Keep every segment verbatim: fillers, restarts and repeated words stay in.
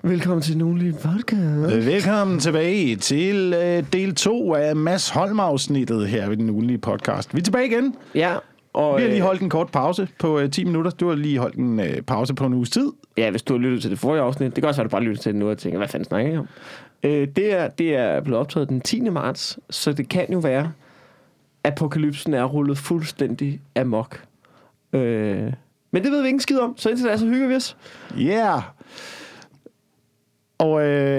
Velkommen til Nugenlig Podcast. Velkommen tilbage til uh, del to af Mads Holm-afsnittet her ved den Nugenlige Podcast. Vi er tilbage igen. Ja. Og, vi har lige holdt en kort pause på uh, ti minutter. Du har lige holdt en uh, pause på en uges tid. Ja, hvis du har lyttet til det forrige afsnit. Det kan også være, at du bare lytter til det nu og tænker, hvad fanden snakker jeg om? Uh, det, er, det er blevet optaget den tiende marts, så det kan jo være, at apokalypsen er rullet fuldstændig amok. Uh, men det ved vi ikke skid om, så indtil da så hygger vi os. Ja. Yeah. Og øh,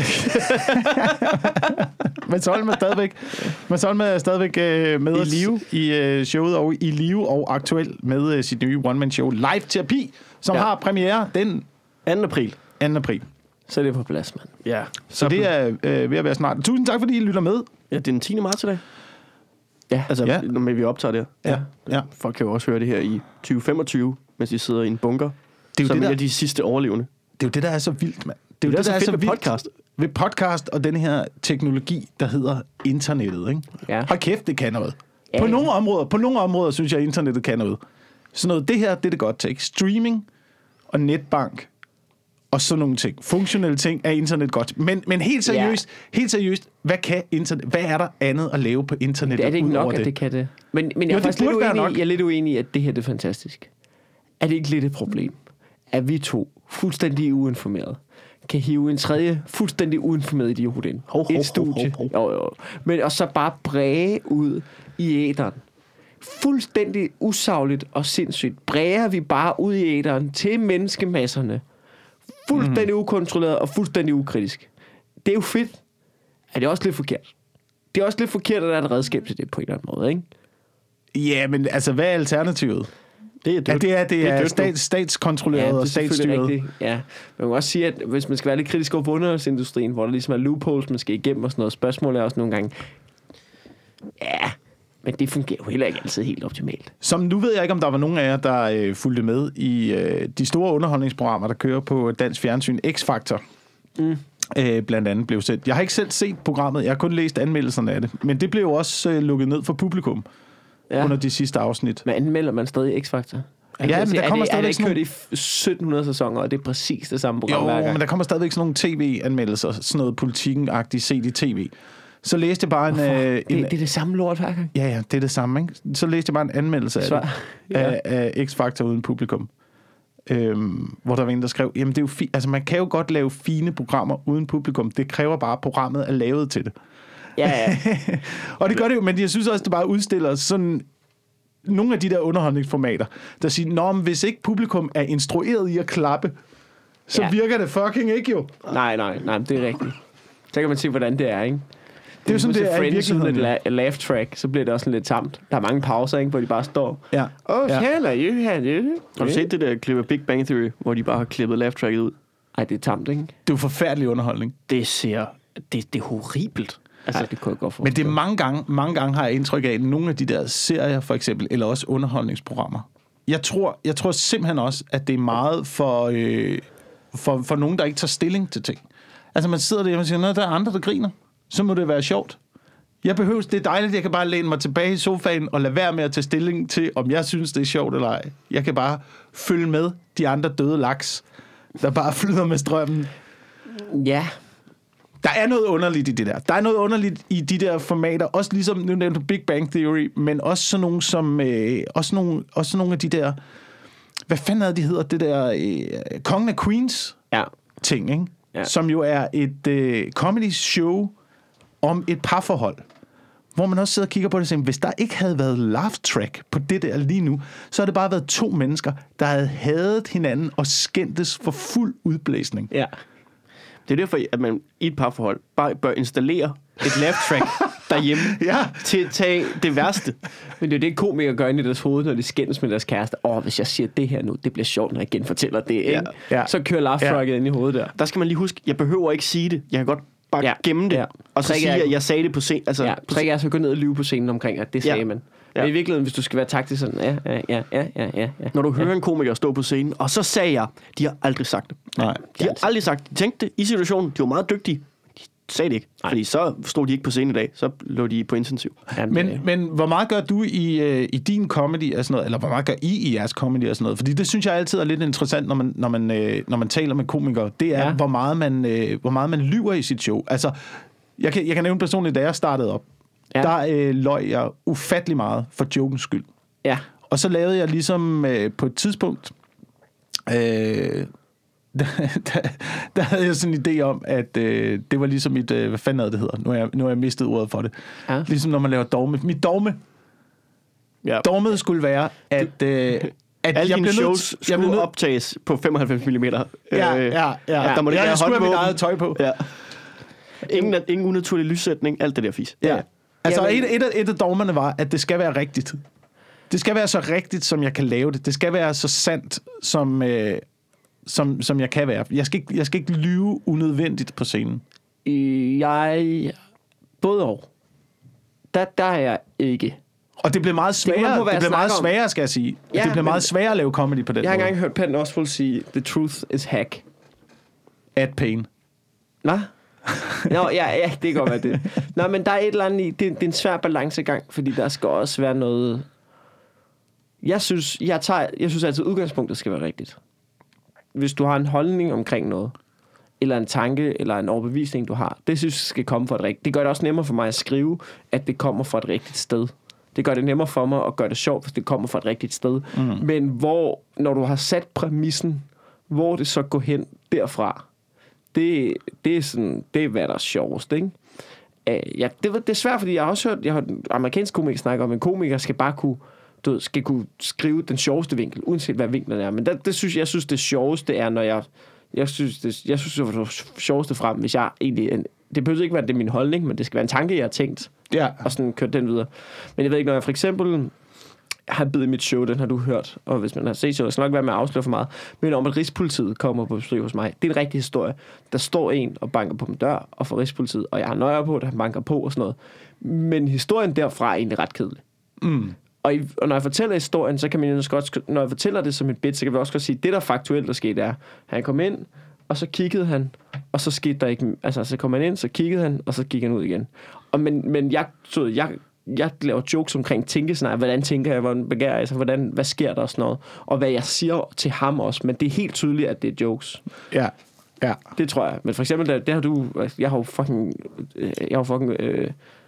Mads Holm er stadigvæk, Mads Holm er stadigvæk øh, med I os live. i øh, showet og i live og aktuel med øh, sit nye one-man-show Live Terapi, som ja. har premiere den anden april. anden april. Så er det på plads, mand. Ja. Så, så det er øh, ved at være snart. Tusind tak, fordi I lytter med. Ja, det er den tiende marts i dag. Ja. Altså, ja. når vi optager det. Ja. Ja. Folk kan jo også høre det her i tyve femogtyve, mens de sidder i en bunker. Det er jo som det, er der... de sidste overlevende. Det er jo det, der er så vildt, mand. Det er jo det, der er så fedt ved vildt podcast. Ved podcast og den her teknologi, der hedder internettet, ikke? Ja. Hold kæft, det kan noget. Ja. På nogle områder, på nogle områder synes jeg, at internettet kan noget. Så noget, det her, det er det godt til, ikke? Streaming og netbank og sådan nogle ting. Funktionelle ting er internet godt. Men, men helt seriøst, ja. helt seriøst, hvad kan internet? Hvad er der andet at lave på internettet? Det er det ikke nok, det? at det kan det. Men, men jeg, jo, er faktisk lidt uenig, jeg er lidt uenig i, at det her det er fantastisk. Er det ikke lidt et problem, at vi to, fuldstændig uinformerede, kan hive en tredje fuldstændig uinformeret idiot ind? Ho, ho, et studie. Ho, ho, ho. Jo, jo. Men, og så bare bræge ud i æteren. Fuldstændig usagligt og sindssygt. Bræger vi bare ud i æteren til menneskemasserne. Fuldstændig mm. ukontrolleret og fuldstændig ukritisk. Det er jo fedt. Er det også lidt forkert? Det er også lidt forkert, at der er et redskab til det på en eller anden måde, ikke? Ja, men altså, hvad er alternativet? Det er dødt. Ja, det er, det det er, er dødt, stats, statskontrolleret ja, og statsstyret. Ja, man kan også sige, at hvis man skal være lidt kritisk over på underholdsindustrien, hvor der ligesom er loopholes, man skal igennem og sådan noget, spørgsmål er også nogle gange, ja, men det fungerer jo heller ikke altid helt optimalt. Som nu ved jeg ikke, om der var nogen af jer, der øh, fulgte med i øh, de store underholdningsprogrammer, der kører på dansk fjernsyn. X-Factor mm. øh, blandt andet blev sendt. Jeg har ikke selv set programmet, jeg har kun læst anmeldelserne af det, men det blev jo også øh, lukket ned for publikum ja. under de sidste afsnit. Men anmelder man stadig X-Factor? Ja, men der kommer stadigvæk sådan... Er det ikke kørt i sytten hundrede sæsoner, og det er præcis det samme program hver gang? Jo, men der kommer stadigvæk sådan nogle tv-anmeldelser, sådan noget Politiken-agtigt set i tv. Så læste jeg bare en, øh, det, en... det er det samme lort hver gang? Ja, ja, det er det samme, ikke? Så læste jeg bare en anmeldelse af, det, ja. af, af X-Factor uden publikum. Øhm, hvor der var en, der skrev, jamen det er jo fi- altså man kan jo godt lave fine programmer uden publikum. Det kræver bare, at programmet er lavet til det. Ja, ja. Og det gør det jo, men jeg synes også, det bare udstiller sådan nogle af de der underholdningsformater, der siger, nå, men hvis ikke publikum er instrueret i at klappe, så ja. virker det fucking ikke jo. Nej, nej, nej, det er rigtigt. Så kan man se, hvordan det er, ikke? Det er jo sådan, det er i virkeligheden. Uden et la- laugh track, så bliver det også sådan lidt tamt. Der er mange pauser, ikke, hvor de bare står. Ja. Oh, ja. hell are you here? Har du set det der klip af Big Bang Theory, hvor de bare har klippet laugh tracket ud? Ej, det er tamt, ikke? Det er jo forfærdelig underholdning. Det ser... Det, det er horribelt. Altså, Ej, det kunne jeg godt forstå. Men det er mange gange, mange gange har jeg indtryk af, at nogle af de der serier, for eksempel, eller også underholdningsprogrammer. Jeg tror, jeg tror simpelthen også, at det er meget for, øh, for, for nogen, der ikke tager stilling til ting. Altså, man sidder der og siger, når der er andre, der griner, så må det være sjovt. Jeg behøver, det er dejligt, jeg kan bare læne mig tilbage i sofaen og lade være med at tage stilling til, om jeg synes, det er sjovt eller ej. Jeg kan bare følge med de andre døde laks, der bare flyder med strømmen. Ja. Der er noget underligt i det der. Der er noget underligt i de der formater, også ligesom nu nævnte Big Bang Theory, men også sådan nogle som øh, også nogle også nogle af de der, hvad fanden er de hedder, det der øh, Kongen af Queens ja. ting, ikke? Ja. Som jo er et øh, comedy show om et parforhold, hvor man også sidder og kigger på det og siger, hvis der ikke havde været laugh track på det der lige nu, så havde det bare været to mennesker, der havde hadet hinanden og skændtes for fuld udblæsning. Ja. Det er derfor, at man i et parforhold bare bør installere et laugh track derhjemme ja. til at tage det værste. Men det er det, komikere gør ind i deres hoved, når de skændes med deres kæreste. Åh, oh, hvis jeg siger det her nu, det bliver sjovt, når jeg genfortæller det, ikke? Ja. Ja. Så kører laugh tracket ja. ind i hovedet der. Der skal man lige huske, jeg behøver ikke sige det. Jeg kan godt bare ja. gemme det, ja. og så sige, at jeg sagde det på scenen. Altså, ja, så kan jeg så gå ned og lyve på scenen omkring, at det sagde ja. man. Ja. Men i virkeligheden, hvis du skal være taktisk sådan, ja, ja, ja, ja, ja, ja. Når du hører ja. en komiker stå på scenen, og så sagde jeg, de har aldrig sagt det. Nej. De har aldrig sagt det. De tænkte det i situationen, de var meget dygtige. De sagde de ikke. Nej. Fordi så stod de ikke på scenen i dag. Så lå de på intensiv. Jamen, Men, øh, men hvor meget gør du i, øh, i din comedy og sådan noget, eller hvor meget gør I i jeres comedy og sådan noget? Fordi det synes jeg altid er lidt interessant, når man, når man, øh, når man taler med komikere. Det er, Ja. hvor, meget man, øh, hvor meget man lyver i sit show. Altså, jeg kan, jeg kan nævne personligt, da jeg startede op, Ja. der øh, løg jeg ufattelig meget for jokens skyld. ja. Og så lavede jeg ligesom øh, på et tidspunkt, øh, der, der, der havde jeg sådan en idé om, at øh, det var ligesom mit, øh, hvad fanden er det hedder? Nu har jeg, nu har jeg mistet ordet for det. Ja. Ligesom når man laver dogme. Mit dogme, Ja. dogmet skulle være, at, øh, at Alle jeg dine blev shows nødt, jeg blev skulle nødt, optages på femoghalvfems millimeter. ja, ja, ja, ja. Der må det ja, ikke jeg skulle have mit håndvåben. eget tøj på. Ja. Ingen, ingen unaturlig lyssætning, alt det der fis. Ja. Altså, Jamen- et, et, af, et af dogmerne var, at det skal være rigtigt. Det skal være så rigtigt, som jeg kan lave det. Det skal være så sandt, som, øh, som, som jeg kan være. Jeg skal, ikke, jeg skal ikke lyve unødvendigt på scenen. Jeg... Både og. Der, der er jeg ikke. Og det blev meget kommer an sværere, på, hvad det, jeg blev meget snakker om. sværere, skal jeg sige. Ja, det blev men- meget sværere at lave comedy på den Jeg har måde. engang hørt Patton Oswalt sige, the truth is hack. At pain. Nå? Nå, ja, ja, det kan godt være det. Nå, men der er et eller andet i, det, det er en svær balancegang, fordi der skal også være noget... Jeg synes, jeg tager, jeg synes altid, udgangspunktet skal være rigtigt. Hvis du har en holdning omkring noget, eller en tanke, eller en overbevisning, du har, det synes jeg skal komme fra et rigtigt. Det gør det også nemmere for mig at skrive, at det kommer fra et rigtigt sted. Det gør det nemmere for mig at gøre det sjovt, hvis det kommer fra et rigtigt sted. Mm. Men hvor, når du har sat præmissen, hvor det så går hen derfra, det, det er sådan, det er hvad der er sjovest, ikke? Uh, ja, det, det er svært, fordi jeg har også hørt, jeg har hørt en amerikansk komiker snakke om, at en komiker skal bare kunne, du ved, skal kunne skrive den sjoveste vinkel, uanset hvad vinklen er. Men det, det synes, jeg synes, det sjoveste er, når jeg, jeg synes, det, jeg synes, det var det sjoveste frem, hvis jeg egentlig, en, det behøver ikke være, det er min holdning, men det skal være en tanke, jeg har tænkt, Ja. og sådan kørt den videre. Men jeg ved ikke, når jeg for eksempel har bidt i mit show, den har du hørt, og hvis man har set showet, skal nok være med at afsløre for meget, men om at Rigspolitiet kommer på besøg hos mig. Det er en rigtig historie. Der står en og banker på min dør, og får Rigspolitiet, og jeg har nøje på, at han banker på og sådan noget. Men historien derfra er egentlig ret kedelig. Mm. Og, i, og når jeg fortæller historien, så kan man jo også godt, når jeg fortæller det som et bit, så kan vi også godt sige, det der faktuelt der skete er, han kom ind, og så kiggede han, og så skete der ikke, altså så kom han ind, så kiggede han, og så gik han ud igen. Og men, men jeg, så jeg, jeg laver jokes omkring tænkescenarie, hvordan tænker jeg, hvordan begærer jeg sig, hvordan, hvad sker der og sådan noget, og hvad jeg siger til ham også, men det er helt tydeligt, at det er jokes. Ja. Ja. Det tror jeg. Men for eksempel, der, der har du, jeg har jo fucking, jeg har jo fucking, øh,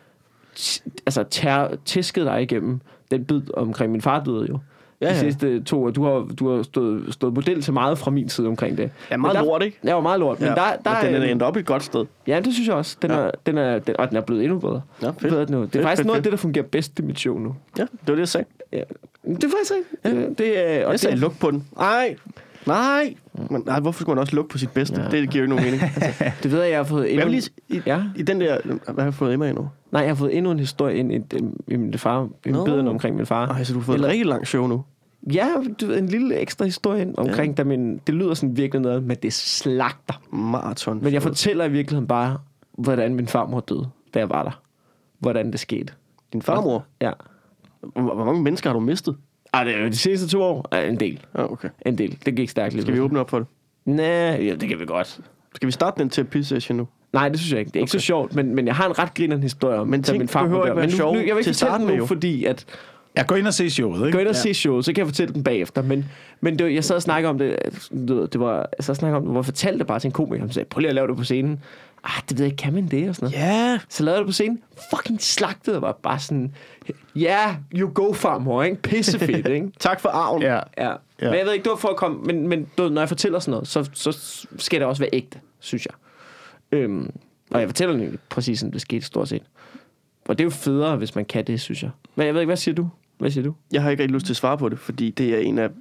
t- altså tær, tæsket dig igennem den bid omkring min far døde jo. Ja, De ja. sidste to år. Du har, du har stået, stået model til meget fra min side omkring det. Ja, meget Men der, lort, ikke? Ja, meget lort. Men Ja, der, der men den er er, endt op i et godt sted. ja, det synes jeg også. Den Ja. er, den er, den, og den er blevet endnu bedre. Ja, fedt. Ved nu. Det er Fedt, faktisk fedt, noget af fedt. det, der fungerer bedst i mit show nu. Ja, det var det, jeg sagde. Ja. Det er faktisk rigtigt. Ja. Det er, og Jeg sagde det, luk på den. Nej, nej. Men, nej, hvorfor skulle man også lukke på sit bedste? Ja. Det giver jo ikke nogen mening. Altså, det ved jeg, jeg har fået endnu... hvad vil I, i, Ja. i den der... Hvad har jeg fået Emma endnu? Nej, jeg har fået endnu en historie ind i, i, i min far, i Nå. biden omkring min far. Ej, så du har fået Eller- et rigtig langt show nu. Ja, du ved, en lille ekstra historie ind omkring, ja. Da min, det lyder sådan virkelig noget, men det slagter. Marathon. Men jeg fortæller i virkeligheden bare, hvordan min farmor døde, da jeg var der. Hvordan det skete. Din farmor? Ja. Hvor, hvor mange mennesker har du mistet? Ej, det er jo de seneste to år. Ej, en del. Ja, okay. En del. Det gik stærkt lige. Skal vi åbne op for det? Nej, ja, det kan vi godt. Skal vi starte den terapisession nu? Nej, det synes jeg ikke. Det er ikke Okay. så sjovt, men, men jeg har en ret grinerende historie om, Men da ting min farmor behøver dør. ikke være Men nu, sjove nu, jeg vil ikke til fortælle starten den med, nu, jo. fordi at Jeg går ind og se showet, ikke? gå ind og Ja. se showet, så kan jeg fortælle den bagefter. Men, men det, var- jeg sad og snakkede om det, du ved, det var, jeg sad og snakkede om det, hvor jeg fortalte det bare til en komiker, han sagde, prøv lige at lave det på scenen. Ah, det ved jeg ikke, kan man det? Og sådan noget. Ja. Så lavede jeg det på scenen, fucking slagtede, var bare sådan, ja, yeah, you go farmor, ikke? Pissefedt, ikke? Tak for arven. Ja. Ja. Ja. Men jeg ved ikke, det var for at komme, men, men du ved, når jeg fortæller sådan noget, så, så skal det også være ægte, synes jeg. Øhm, og jeg fortæller det præcis, som det skete stort set. Og det er jo federe, hvis man kan det, synes jeg. Men jeg ved ikke, hvad siger du? Hvad siger du? Jeg har ikke rigtig lyst til at svare på det, fordi det er en af...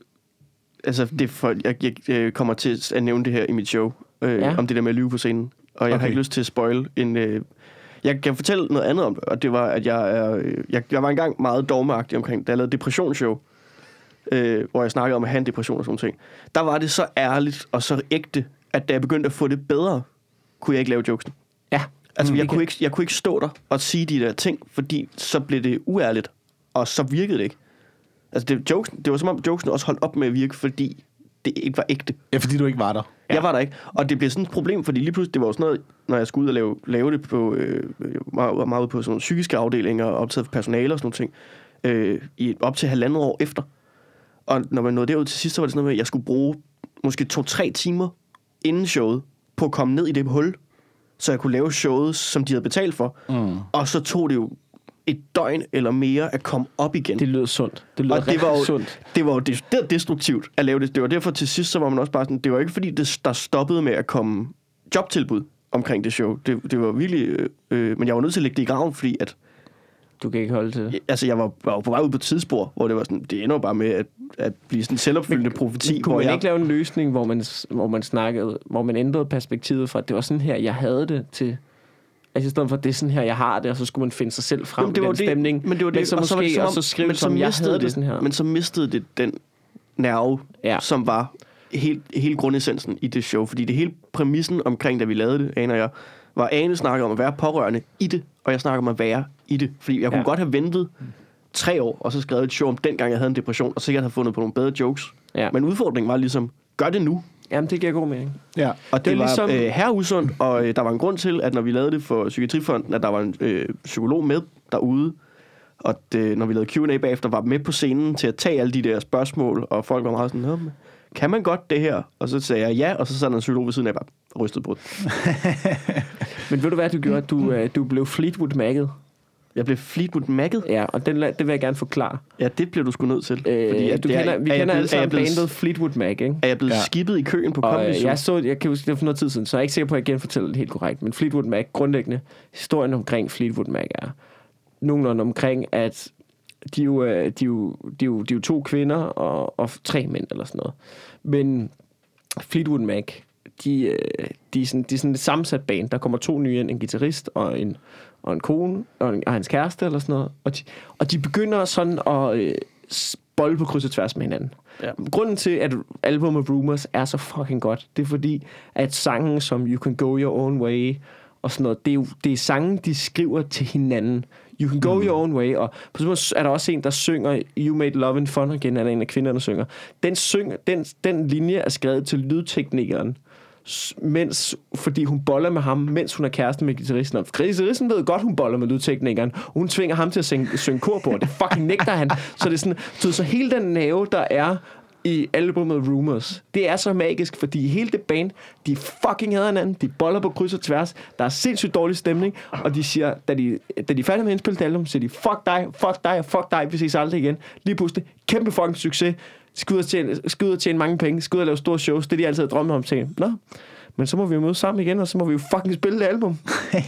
Altså, det er for, jeg, jeg, jeg kommer til at nævne det her i mit show, øh, Ja. om det der med at lyve på scenen. Og jeg okay. har Okay. ikke lyst til at spoil en... Øh, jeg kan fortælle noget andet om det, og det var, at jeg, er, øh, jeg, jeg var engang meget dogmeagtig omkring, da jeg lavede depressionsshow, øh, hvor jeg snakkede om at have en depression og sådan ting. Der var det så ærligt og så ægte, at da jeg begyndte at få det bedre, kunne jeg ikke lave jokesen. Ja. Altså, Mm, jeg, det kunne kan- ikke, jeg kunne ikke stå der og sige de der ting, fordi så blev det uærligt, og så virkede det ikke. Altså, det, jokesen, det var som om jokesen også holdt op med at virke, fordi det ikke var ægte. Ja, fordi du ikke var der. Ja. Jeg var der ikke. Og det bliver sådan et problem, fordi lige pludselig, det var jo sådan noget, når jeg skulle ud og lave, lave det på, øh, meget, meget på sådan nogle psykiske afdelinger, og optaget for personale og sådan nogle ting, øh, i, op til halvandet år efter. Og når man nåede derud til sidst, så var det sådan noget med, at jeg skulle bruge måske to-tre timer inden showet, på at komme ned i det hul, så jeg kunne lave showet, som de havde betalt for. Mm. Og så tog det jo et døgn eller mere at komme op igen. Det lyder sundt. Det lyder og det var jo, sundt. Det var jo det, det var destruktivt at lave det. Det var derfor til sidst, så var man også bare sådan, det var ikke fordi, det, der stoppede med at komme jobtilbud omkring det show. Det, det var virkelig, øh, øh, men jeg var nødt til at lægge det i graven, fordi at du kan ikke holde til det. Altså, jeg var, var på vej ud på et tidsspor, hvor det var sådan, det ender jo bare med at, at blive sådan en selvopfyldende profeti. Men kunne hvor man jeg... ikke lave en løsning, hvor man, hvor man snakkede, hvor man ændrede perspektivet fra, at det var sådan her, jeg havde det, til... Altså i stedet for, at det er sådan her, jeg har det, og så skulle man finde sig selv frem i den det, stemning. Men det var det, men så og måske, så, det, og så skrive, men så som jeg mistede havde det, det sådan her. Men så mistede det den nerve, ja. som var helt, hele grundessensen i det show. Fordi det hele præmissen omkring, da vi lavede det, Ane og jeg, var Ane snakker om at være pårørende i det, og jeg snakker om at være i det. Fordi jeg kunne ja. godt have ventet tre år, og så skrevet et show om dengang, jeg havde en depression, og sikkert have fundet på nogle bedre jokes. Ja. Men udfordringen var ligesom, gør det nu. Jamen, det giver god mening. Ja. Og det, det var ligesom... øh, her usundt, og øh, der var en grund til, at når vi lavede det for Psykiatrifonden, at der var en øh, psykolog med derude, og det, når vi lavede Q and A bagefter, var med på scenen til at tage alle de der spørgsmål, og folk var meget sådan, kan man godt det her? Og så sagde jeg ja, og så sad der en psykolog ved siden af, bare rystet på det. Men ved du hvad, du gjorde? Du, øh, du blev Fleetwood Mac'et. Jeg blev Fleetwood Mac'et? Ja, og den, det vil jeg gerne forklare. Ja, det bliver du sgu nødt til. Øh, fordi, at du det kender, er, vi kender alle sammen bandet Fleetwood Mac, ikke? Er jeg blevet ja. skippet i køen på Comedy Zoo? Jeg så, jeg kan huske det for noget tid siden, så jeg er ikke sikker på, at jeg genfortæller det helt korrekt. Men Fleetwood Mac, grundlæggende, historien omkring Fleetwood Mac er nogenlunde omkring, at de er jo, de er jo, de er jo, de er jo to kvinder og, og tre mænd eller sådan noget. Men Fleetwood Mac, de, de, er sådan, de er sådan et sammensat band. Der kommer to nye ind, en guitarist og en, og en kone og, en, og hans kæreste eller sådan noget. Og de, og de begynder sådan at øh, bolle på kryds og tværs med hinanden. Ja. Grunden til, at albumet Rumors er så fucking godt, det er fordi, at sangen som You Can Go Your Own Way og sådan noget, det er jo det er sangen, de skriver til hinanden. You Can Go mm. Your Own Way, og på sådan måde er der også en, der synger You Made Love and Fun Again, er der en af kvinderne, der synger. Den, synger, den, den linje er skrevet til lydteknikeren, mens, fordi hun boller med ham, mens hun er kæreste med guitaristen. Og guitaristen ved godt, hun boller med lydteknikeren, og hun tvinger ham til at synge, synge kor på, og det fucking nægter han. Så det er sådan, så, så hele den nerve, der er i albumet Rumors, det er så magisk, fordi hele det band, de fucking hader hinanden, de boller på kryds og tværs, der er sindssygt dårlig stemning, og de siger, da de, da de er færdige med at indspille det album, siger de, fuck dig, fuck dig, fuck dig, vi ses aldrig igen. Lige pludselig, kæmpe fucking succes, skal ud og tjene, skal ud og tjene mange penge, skal ud og lave store shows, det er de altid har drømt om, tænker, nå, men så må vi jo mødes sammen igen, og så må vi jo fucking spille det album.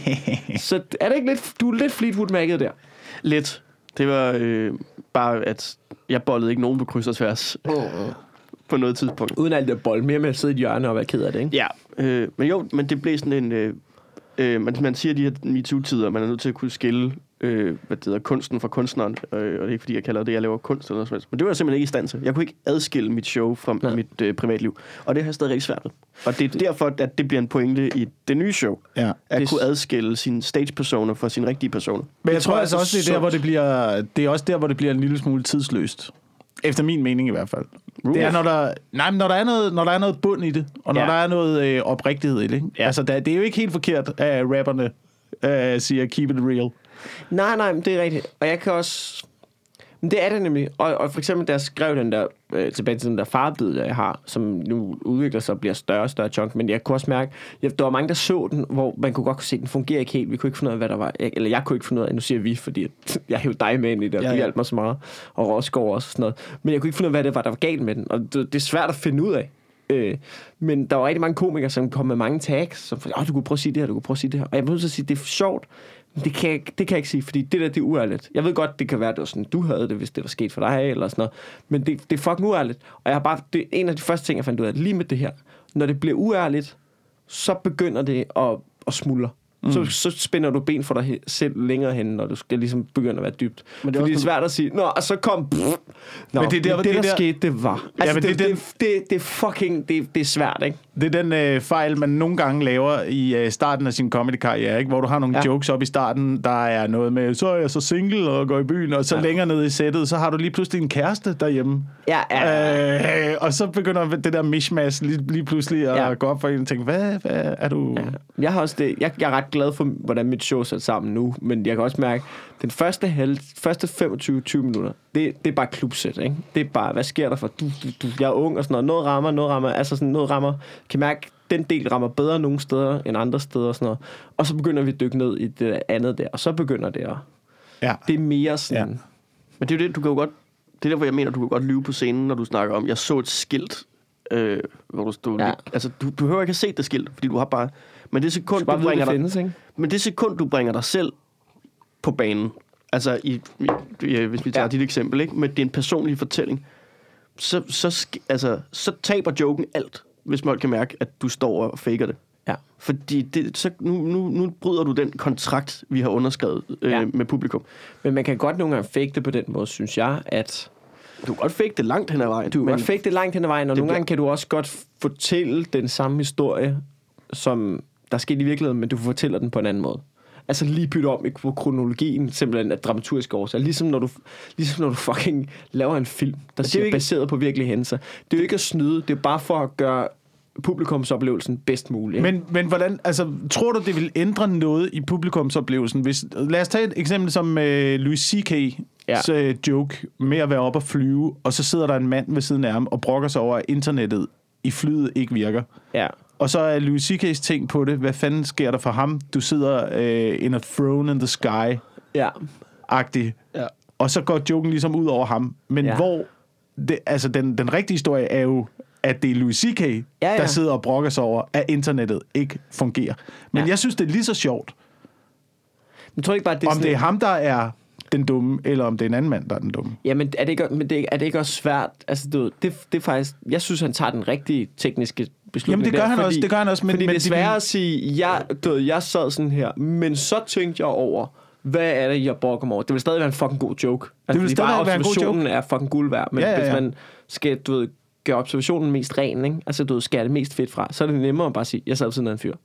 Så er det ikke lidt, du er lidt Fleetwood Mac'et der? Lidt. Det var øh, bare, at jeg bollede ikke nogen på kryds og tværs. Oh. På noget tidspunkt. Uden alt det bold, mere med at sidde i et hjørne og være ked af det, ikke? Ja, øh, men jo, men det blev sådan en... Øh, øh, man, man siger de her MeToo-tider, man er nødt til at kunne skille øh, hvad det hedder, kunsten fra kunstneren. Øh, og det er ikke fordi, jeg kalder det, jeg laver kunst eller noget som helst. Men det var jeg simpelthen ikke i stand til. Jeg kunne ikke adskille mit show fra Nej. mit øh, privatliv. Og det har jeg stadig rigtig svært ved. Og det er derfor, at det bliver en pointe i det nye show. Ja. At det kunne adskille sin stage-personer fra sin rigtige personer. Men jeg tror altså også, det er der, hvor det bliver, det er også der, hvor det bliver en lille smule tidsløst. Efter min mening i hvert fald. Uh. Det er, når der, nej, men når der er noget, når der er noget bund i det, og når ja. der er noget øh, oprigtighed i det. Ikke? Ja. Altså, der, det er jo ikke helt forkert, at rapperne øh, siger, keep it real. Nej, nej, men det er rigtigt. Og jeg kan også... Men det er det nemlig. Og, og for eksempel, da jeg skrev den der, øh, tilbage til den der farbid, jeg har, som nu udvikler sig og bliver større og større chunk, men jeg kunne også mærke, at der var mange, der så den, hvor man kunne godt kunne se, at den fungerer ikke helt. Vi kunne ikke finde ud af, hvad der var. Jeg, eller jeg kunne ikke finde ud af, nu siger vi, fordi jeg hævde dig med ind i det, og ja, ja. Du hjalp mig så meget, og Rosgaard også og sådan noget. Men jeg kunne ikke finde ud af, hvad det var, der var galt med den, og det, det er svært at finde ud af. Øh, men der var rigtig mange komikere, som kom med mange tags, som åh, du kunne prøve at sige det her, du kunne prøve at sige det her. Og jeg må sige, det er sjovt. Det kan, jeg, det kan jeg ikke sige, fordi det der, det er uærligt. Jeg ved godt, det kan være, det var sådan, du havde det, hvis det var sket for dig, eller sådan noget. Men det, det er fucking uærligt. Og jeg har bare, det er en af de første ting, jeg fandt ud af, lige med det her. Når det bliver uærligt, så begynder det at, at smuldre. Mm. Så, så spænder du ben for dig selv længere hen, når du skal ligesom begynde at være dybt. Men det er, Fordi det er svært at sige, nå, og så kom... Pff. Nå, men det, der, men det, det der, der skete, det var... Altså, ja, det, det, det, det, det, det er fucking... Det, det er svært, ikke? Det er den øh, fejl, man nogle gange laver i øh, starten af sin comedy-karriere, ikke? Hvor du har nogle ja. jokes op i starten, der er noget med, så er jeg så single og går i byen, og så ja. længere nede i sættet, så har du lige pludselig en kæreste derhjemme. Ja, ja. Øh, og så begynder det der mishmash lige, lige pludselig at ja. gå op for en og tænke, hvad, hvad er du... Ja. Jeg, har også det, jeg, jeg er ret glad for, hvordan mit show er sat sammen nu, men jeg kan også mærke, den første, halv, første femogtyve til tyve minutter, det, det er bare klubsæt, ikke? Det er bare, hvad sker der for, du, du, du, jeg er ung og sådan noget, noget rammer, noget rammer, altså sådan noget rammer, kan mærke, den del rammer bedre nogle steder end andre steder og sådan noget, og så begynder vi at dykke ned i det andet der, og så begynder det at, ja. det er mere sådan... Ja. Men det er jo det, du kan jo godt, det er derfor, jeg mener, du kan godt lyve på scenen, når du snakker om, jeg så et skilt, øh, hvor du stod, ja. altså du, du behøver ikke have set det skilt, fordi du har bare, men det sekund, du, du bringer dig, findes, ikke? Men det sekund, du bringer dig selv på banen, altså i, i, hvis vi tager ja. dit eksempel, ikke, med din personlige fortælling, så, så, altså, så taber joken alt, hvis man kan mærke, at du står og faker det. Ja. Fordi det, så nu, nu, nu bryder du den kontrakt, vi har underskrevet øh, ja. med publikum. Men man kan godt nogle gange fake det på den måde, synes jeg, at... Du kan godt fake det langt hen ad vejen. Du kan godt fake det langt hen ad vejen, og nogle bliver... gange kan du også godt fortælle den samme historie, som der skete i virkeligheden, men du fortæller den på en anden måde. Altså lige bytte om på kronologien, simpelthen af dramaturgiske årsager. Ligesom når du, ligesom når du fucking laver en film, der er ikke... baseret på virkelige hændelser. Det er jo ikke at snyde, det er bare for at gøre publikumsoplevelsen bedst muligt. Men, men hvordan, altså, tror du, det vil ændre noget i publikumsoplevelsen? Hvis, lad os tage et eksempel som uh, Louis C K's ja. uh, joke med at være oppe og flyve, og så sidder der en mand ved siden af ham og brokker sig over, at internettet i flyet ikke virker. Ja. Og så er Louis C K's ting på det. Hvad fanden sker der for ham? Du sidder uh, in a throne in the sky. Ja. Agtig. Ja. Og så går joken ligesom ud over ham. Men ja. hvor... Det, altså, den, den rigtige historie er jo, at det er Louis C K, ja, ja. der sidder og brokker sig over, at internettet ikke fungerer. Men ja. jeg synes, det er lige så sjovt. Men tror ikke bare, det er om det er ham, der er den dumme, eller om det er en anden mand, der er den dumme. Ja, men er det ikke, men det, er det ikke også svært? Altså, det, det, det er faktisk... Jeg synes, han tager den rigtige tekniske beslutning. Jamen, det gør der, han fordi, også. Det gør han også. Men, fordi men det er sværere at sige, jeg, du, jeg sad sådan her, men så tænkte jeg over... Hvad er det, jeg brokker mig over? Det vil stadig være en fucking god joke. Altså, det vil stadig være en god joke. Observationen er fucking guld værd. Men ja, ja, ja. hvis man skal, du ved, gøre observationen mest ren, ikke? Altså, du ved, skære det mest fedt fra, så er det nemmere at bare sige, jeg sad ved siden af en fyr.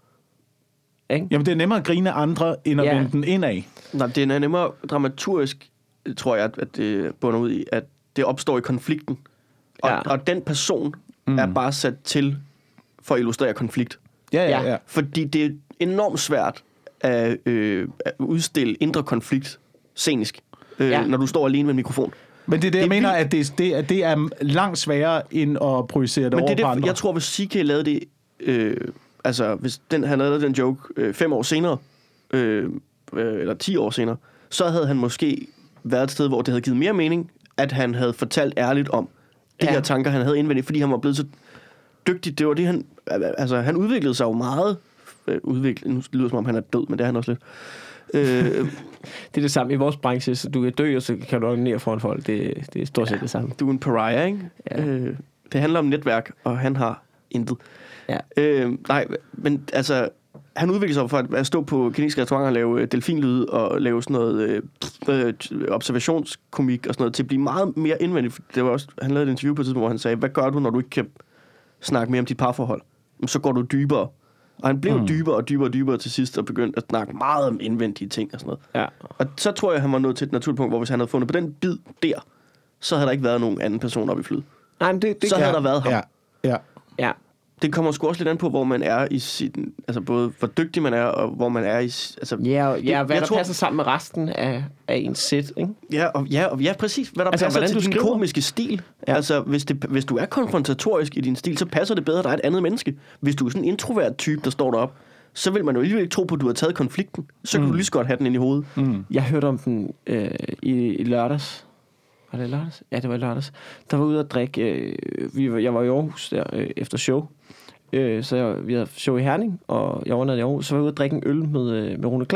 Ikke? Jamen, det er nemmere at grine andre, end at ja. vende den indad. Nej, det er nemmere dramaturgisk, tror jeg, at det bunder ud i, at det opstår i konflikten. Og, ja. og den person mm. er bare sat til for at illustrere konflikt. Ja, ja, ja. Fordi det er enormt svært at, øh, at udstille indre konflikt scenisk, øh, ja. når du står alene med en mikrofon. Men det er det, jeg det mener, at det, det, at det er langt sværere, end at projicere det Men over det, på det, andre. Jeg tror, hvis C K lavede det, øh, altså hvis den, han lavede den joke øh, fem år senere, øh, øh, eller ti år senere, så havde han måske været et sted, hvor det havde givet mere mening, at han havde fortalt ærligt om de ja. her tanker, han havde indvendigt, fordi han var blevet så dygtig. Det var det, han... Altså, han udviklede sig jo meget. Øh, udviklet, nu lyder det, som om han er død, men det er han også lidt. Øh, det er det samme i vores branche, så du kan dø, og så kan du ordinere foran folk. Det, det er stort set ja, det samme. Du er en pariah, ikke? Ja. Øh, det handler om netværk, og han har intet. Ja. Øh, nej, men altså... Han udviklede sig for at stå på kinesiske restauranter og lave delfinlyde og lave sådan noget øh, observationskomik og sådan noget, til at blive meget mere indvendigt. Det var også, han lavede et interview på et tidspunkt, hvor han sagde, hvad gør du, når du ikke kan snakke mere om dit parforhold? Så går du dybere. Og han blev mm. dybere og dybere og dybere til sidst og begyndte at snakke meget om indvendige ting og sådan noget. Ja. Og så tror jeg, han var nået til et naturligt punkt, hvor hvis han havde fundet på den bid der, så havde der ikke været nogen anden person oppe i flyet. Nej, men det, det så havde ja. der været ham. Ja. Ja. Ja. Det kommer sgu også lidt an på, hvor man er i sin... Altså både, hvor dygtig man er, og hvor man er i... Altså, ja, og, ja, det, hvad der tror, passer sammen med resten af, af ens sæt, ikke? Ja, og, ja, og, ja, præcis. Hvad der altså, passer til din skriver? komiske stil. Ja. Altså, hvis, det, hvis du er konfrontatorisk i din stil, så passer det bedre, at der er et andet menneske. Hvis du er sådan en introvert type, der står deroppe, så vil man jo alligevel ikke tro på, at du har taget konflikten. Så kan mm. du lige så godt have den ind i hovedet. Mm. Jeg hørte om den øh, i, i lørdags. Var det lørdags? Ja, det var lørdags. Der var ude at drikke... Øh, vi var, jeg var i Aarhus der øh, efter show. Så jeg, vi havde show i Herning, og jeg overnede i Aarhus, så var jeg ude at drikke en øl med, med Rune Klan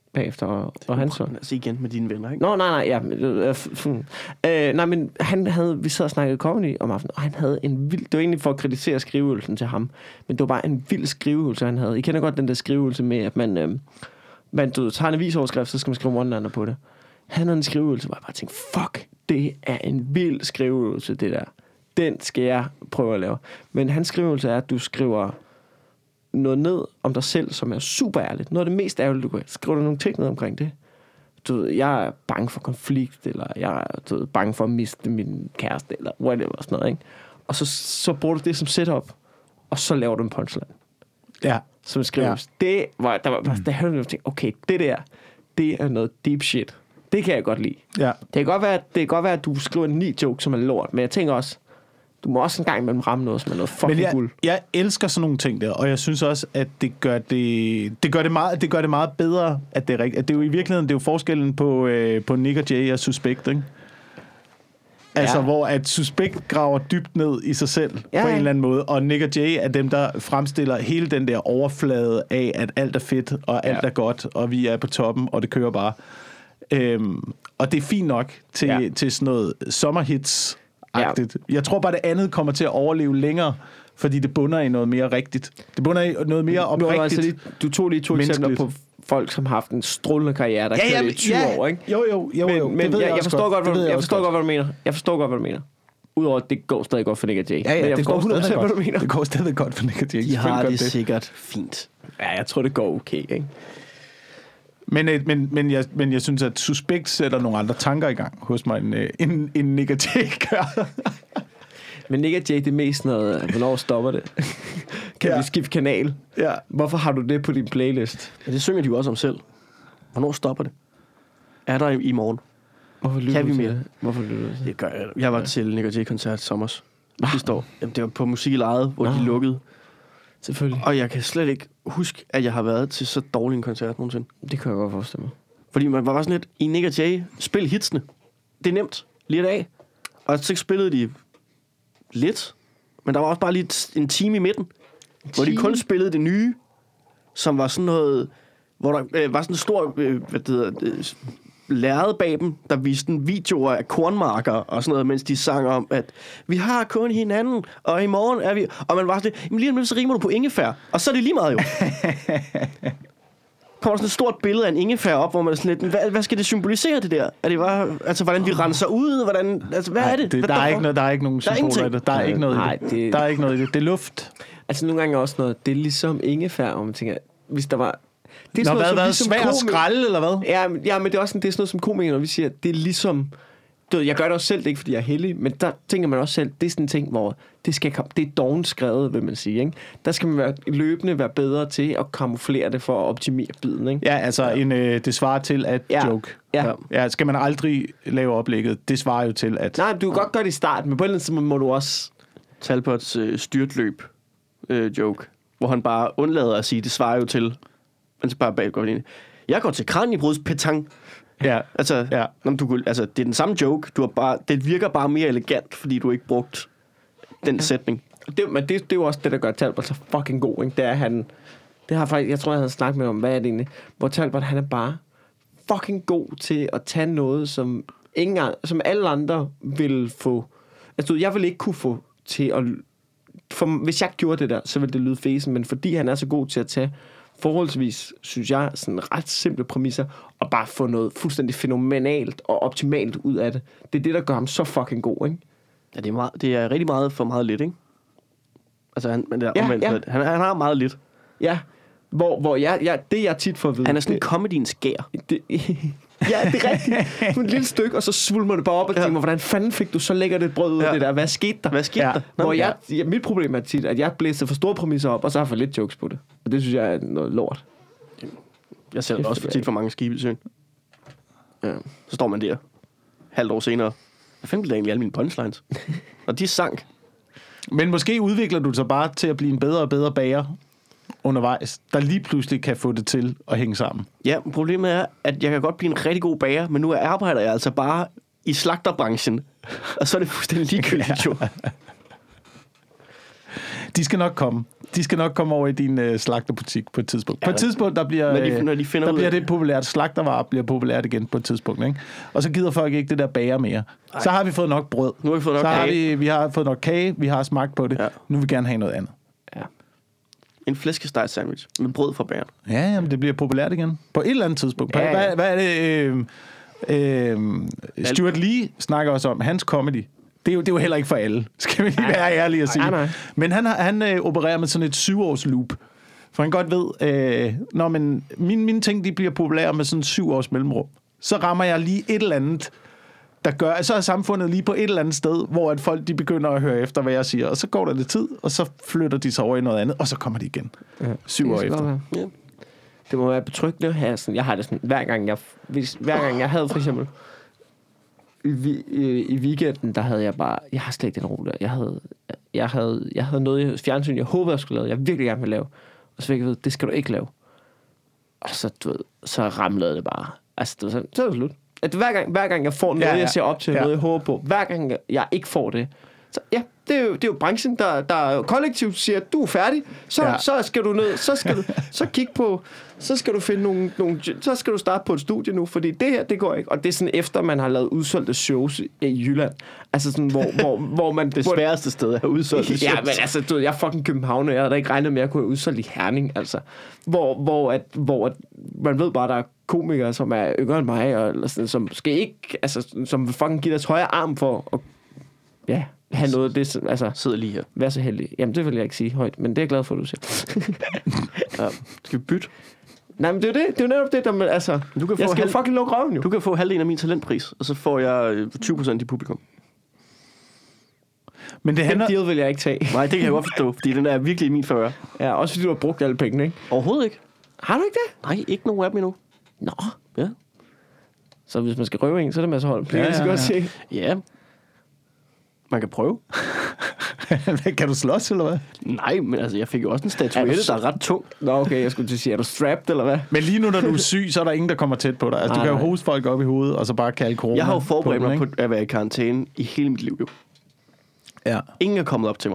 bagefter, og, og han så... Altså igen med dine venner, ikke? Nå, nej, nej, ja. Men, øh, f- øh, nej, men han havde... Vi sad og snakkede comedy om aftenen, og han havde en vild... Det var egentlig for at kritisere skriveøvelsen til ham, men det var bare en vild skriveøvelse, han havde. I kender godt den der skriveøvelse med, at man... Øh, man du, tager en avisoverskrift, så skal man skrive one-liner på det. Han havde en skriveøvelse, hvor jeg bare tænkte, fuck, det er en vild skriveøvelse, det der. Den skal jeg prøve at lave. Men hans skriveøvelse er, at du skriver noget ned om dig selv, som er super ærligt. Noget af det mest ærlige, du kan. Skriver du nogle ting ned omkring det? Du ved, jeg er bange for konflikt, eller jeg er du ved, bange for at miste min kæreste, eller whatever, sådan noget, ikke? Og så, så bruger du det som setup, og så laver du en punchline. Ja. Som skrives. Ja. Det var, der var bare, der havde jeg tænkt, okay, det der, det er noget deep shit. Det kan jeg godt lide. Ja. Det kan godt være, det kan godt være, at du skriver en ni joke, som er lort, men jeg tænker også, du må også en gang imellem ramme noget, som er noget fucking Men jeg, guld. jeg elsker sådan nogle ting der, og jeg synes også, at det gør det, det gør det meget, det gør det meget bedre, at det er rigtigt. At det er jo i virkeligheden, det er jo forskellen på, øh, på Nick og Jay og Suspekt, ikke? Altså, ja. Hvor at Suspekt graver dybt ned i sig selv, ja, på en eller anden måde, og Nick og Jay er dem, der fremstiller hele den der overflade af, at alt er fedt, og alt ja. er godt, og vi er på toppen, og det kører bare. Øhm, og det er fint nok til, ja. til sådan noget sommerhits-agtigt. Ja. Jeg tror bare, det andet kommer til at overleve længere, fordi det bunder i noget mere rigtigt. Det bunder i noget mere oprigtigt. Altså lige, du tog lige to eksempler på folk, som har haft en strålende karriere, der ja, kører i tyve ja. år, ikke? Jo, jo, jo, jo. Men, men jeg, jeg, jeg forstår godt, hvad, jeg, jeg forstår godt, hvad du mener. Jeg forstår godt, hvad du mener. Udover at det går stadig godt for Nick og Jay. Ja, ja, men jeg det forstår går hundrede procent, hvad du mener. Det går stadig godt for Nick og Jay. De har det, det sikkert fint. Ja, jeg tror, det går okay, ikke? Men, men, men, jeg, men jeg synes, at Suspekt sætter nogle andre tanker i gang hos mig, end, end, end Nick og Jay gør. Men Nick og Jay, det er mest noget, hvornår stopper det? Kan ja. vi skifte kanal? Ja. Hvorfor har du det på din playlist? Ja, det synger de jo også om selv. Hvornår stopper det? Er der i, i morgen? Hvorfor lytter kan vi du mere? Det? Hvorfor lytter du det? Gør jeg. Jeg var ja. til Nick og Jay-koncert sommers. Sidste år. Jamen, det var på Musik i Lejet, hvor Nå. de lukkede. Selvfølgelig. Og jeg kan slet ikke huske, at jeg har været til så dårlig en koncert nogensinde. Det kan jeg godt forestille mig. Fordi man var bare sådan lidt, i Nick og Jay, spil hitsene. Det er nemt. Lige et af. Og så spillede de lidt. Men der var også bare lige en time i midten. En hvor de kun spillede det nye. Som var sådan noget... Hvor der øh, var sådan en stor... Øh, hvad det hedder... Øh, lærred bag dem, der viste en videoer af kornmarker og sådan noget, mens de sang om, at vi har kun hinanden, og i morgen er vi... Og man var sådan, jamen lige om lidt, så rimer du på ingefær. Og så er det lige meget jo. Kommer sådan et stort billede af en ingefær op, hvor man er sådan lidt, hvad, hvad skal det symbolisere det der? Er det bare, altså hvordan vi renser ud? Hvordan, altså hvad Ej, er det? det hvad, der, er ikke noget, der er ikke nogen symboler i det. Der er ikke noget Nej, i det. det. Der er ikke noget i det. Det er luft. Altså nogle gange også noget, det er ligesom ingefær, hvor man tænker, hvis der var... Det er sådan noget, været svært at skralde, eller hvad? Ja, men, ja, men det er også sådan, det er sådan noget som komikere, når vi siger, det er ligesom... Du ved, jeg gør det også selv, det er ikke fordi jeg er heldig, men der tænker man også selv, det er sådan en ting, hvor det skal det er dovent skrevet, vil man sige, ikke? Der skal man være, løbende være bedre til at kamuflere det for at optimere biden, ikke? Ja, altså ja. En, øh, det svarer til at ja. joke. Ja. Ja, skal man aldrig lave oplægget, det svarer jo til at... Nej, du kan godt gøre det i starten, men på en eller anden måde må du også... Talbots øh, styrtløb øh, joke, hvor han bare undlader at sige, det svarer jo til... Men så bare bag går ind. Jeg går til Kranjebruds petang. Ja. Altså, ja. Når du, altså, det er den samme joke. Du har bare, det virker bare mere elegant, fordi du ikke brugt den ja. sætning. Det, men det, det er jo også det, der gør Talbot så fucking god, ikke? Det er han... Det har faktisk... Jeg tror, jeg havde snakket med om, hvad er det egentlig? Hvor Talbot, han er bare fucking god til at tage noget, som ingen, som alle andre vil få... Altså, jeg vil ikke kunne få til at... For, hvis jeg gjorde det der, så ville det lyde fesen, men fordi han er så god til at tage forholdsvis, synes jeg, sådan ret simple præmisser, og bare få noget fuldstændig fænomenalt og optimalt ud af det. Det er det, der gør ham så fucking god, ikke? Ja, det er, meget, det er rigtig meget for meget lidt, ikke? Altså, han, men det er ja, omvendt, ja. han, han har meget lidt. Ja, hvor, hvor jeg, jeg, det jeg tit får at vide... Han er sådan en comedyens skær. Det, ja, det er rigtigt. Et lille stykke, og så svulmer det bare op og ja. tænker, hvordan fanden fik du så lækkert et brød ud af ja. det der? Hvad skete der? Hvad skete ja. der? Nå, hvor jeg, ja, mit problem er tit, at jeg blæser for store præmisser op, og så har jeg for lidt jokes på det. Og det synes jeg er noget lort. Jeg ser også for tit for mange skibe i søen. Ja. Så står man der, halvt år senere. Hvad fanden blev der egentlig alle mine punchlines? Og de sank. Men måske udvikler du dig bare til at blive en bedre og bedre bager undervejs, der lige pludselig kan få det til at hænge sammen. Ja, problemet er, at jeg kan godt blive en rigtig god bager, men nu arbejder jeg altså bare i slagterbranchen. Og så er det fuldstændig ligegyldigt jo. De skal nok komme. De skal nok komme over i din øh, slagterbutik på et tidspunkt. Ja, på et tidspunkt, der bliver, når de, når de finder der bliver ud af det populært. Slagtervarer bliver populært igen på et tidspunkt. Ikke? Og så gider folk ikke det der bager mere. Ej. Så har vi fået nok brød. Nu har vi fået nok så kage. Har vi, vi har fået nok kage. Vi har smagt på det. Ja. Nu vil vi gerne have noget andet. Ja. En flæskesteg sandwich med brød fra bageren. Ja, jamen, det bliver populært igen. På et eller andet tidspunkt. Ja, ja. Hvad, hvad er det? Øh, øh, Stuart Lee snakker også om hans comedy. Det er, jo, det er jo heller ikke for alle, skal vi lige være ærlige at sige. Ej, nej. Men han, han øh, opererer med sådan et syvårs loop. For han godt ved, øh, når man, mine, mine ting de bliver populære med sådan syv års mellemrum, så rammer jeg lige et eller andet, der gør, så er samfundet lige på et eller andet sted, hvor at folk de begynder at høre efter, hvad jeg siger. Og så går der lidt tid, og så flytter de sig over i noget andet, og så kommer de igen. Ja, syv år efter. Ja. Det må være betryggende at have sådan, jeg har det sådan, hver gang jeg, hvis, hver gang jeg havde for eksempel, I, i, i weekenden, der havde jeg bare, jeg har slet ikke den ro der. Jeg havde, jeg havde, jeg havde noget i fjernsyn, jeg håbede, jeg skulle lave, jeg virkelig gerne ville lave. Og så fik jeg ved, det skal du ikke lave. Og så, du ved, så ramlede det bare. Altså, det var sådan, så er det slut. At hver gang, hver gang jeg får noget, ja, ja. jeg ser op til, ja. noget jeg håber på, hver gang jeg ikke får det, så ja, det er jo, det er jo branchen, der, der kollektivt siger, at du er færdig, så, ja. så skal du ned, så skal du, så kigge på, så skal du finde nogle, nogle, så skal du starte på et studie nu, fordi det her, det går ikke. Og det er sådan efter, man har lavet udsolgte shows i Jylland. Altså sådan, hvor, hvor, hvor man... Det sværeste sted er udsolgte shows. Ja, men altså, du ved, jeg er fucking København, og jeg havde da ikke regnet med at kunne have udsolgt i Herning, altså. Hvor, hvor, at, hvor at, man ved bare, der er komikere, som er yngre end mig, og, eller sådan, som skal ikke, altså, som vil fucking give deres højre arm for at, ja, have noget, det, altså... Sidder lige her. Vær så heldig. Jamen, det vil jeg ikke sige højt, men det er jeg glad for, at du siger. Ja. Skal vi bytte? Nej, men det er jo det. Det er jo netop det, der med, altså... Du kan få jeg skal halv... fucking lukke røven, jo. Du kan få halvdelen af min talentpris, og så får jeg tyve procent i publikum. Men det handler... Den deal vil jeg ikke tage. Nej, det kan jeg godt forstå, fordi den er virkelig i min favør. Ja, også fordi du har brugt alle pengene, ikke? Overhovedet ikke. Har du ikke det? Nej, ikke nogen af dem endnu. Nå. Ja. Så hvis man skal røve en, så er det Mads Holm. Det ja, kan jeg ja, godt ja. se. Ja. Man kan prøve. Kan du slås, eller hvad? Nej, men altså, jeg fik jo også en statuette, der er ret tung. Nå, okay, jeg skulle til at sige, er du strapped, eller hvad? Men lige nu, når du er syg, så er der ingen, der kommer tæt på dig. Altså, nej, du kan jo nej. hoste folk op i hovedet, og så bare kalde corona. Jeg har jo forberedt på mig den, på at være i karantæne i hele mit liv, jo. Ja. Ingen er kommet op til mig.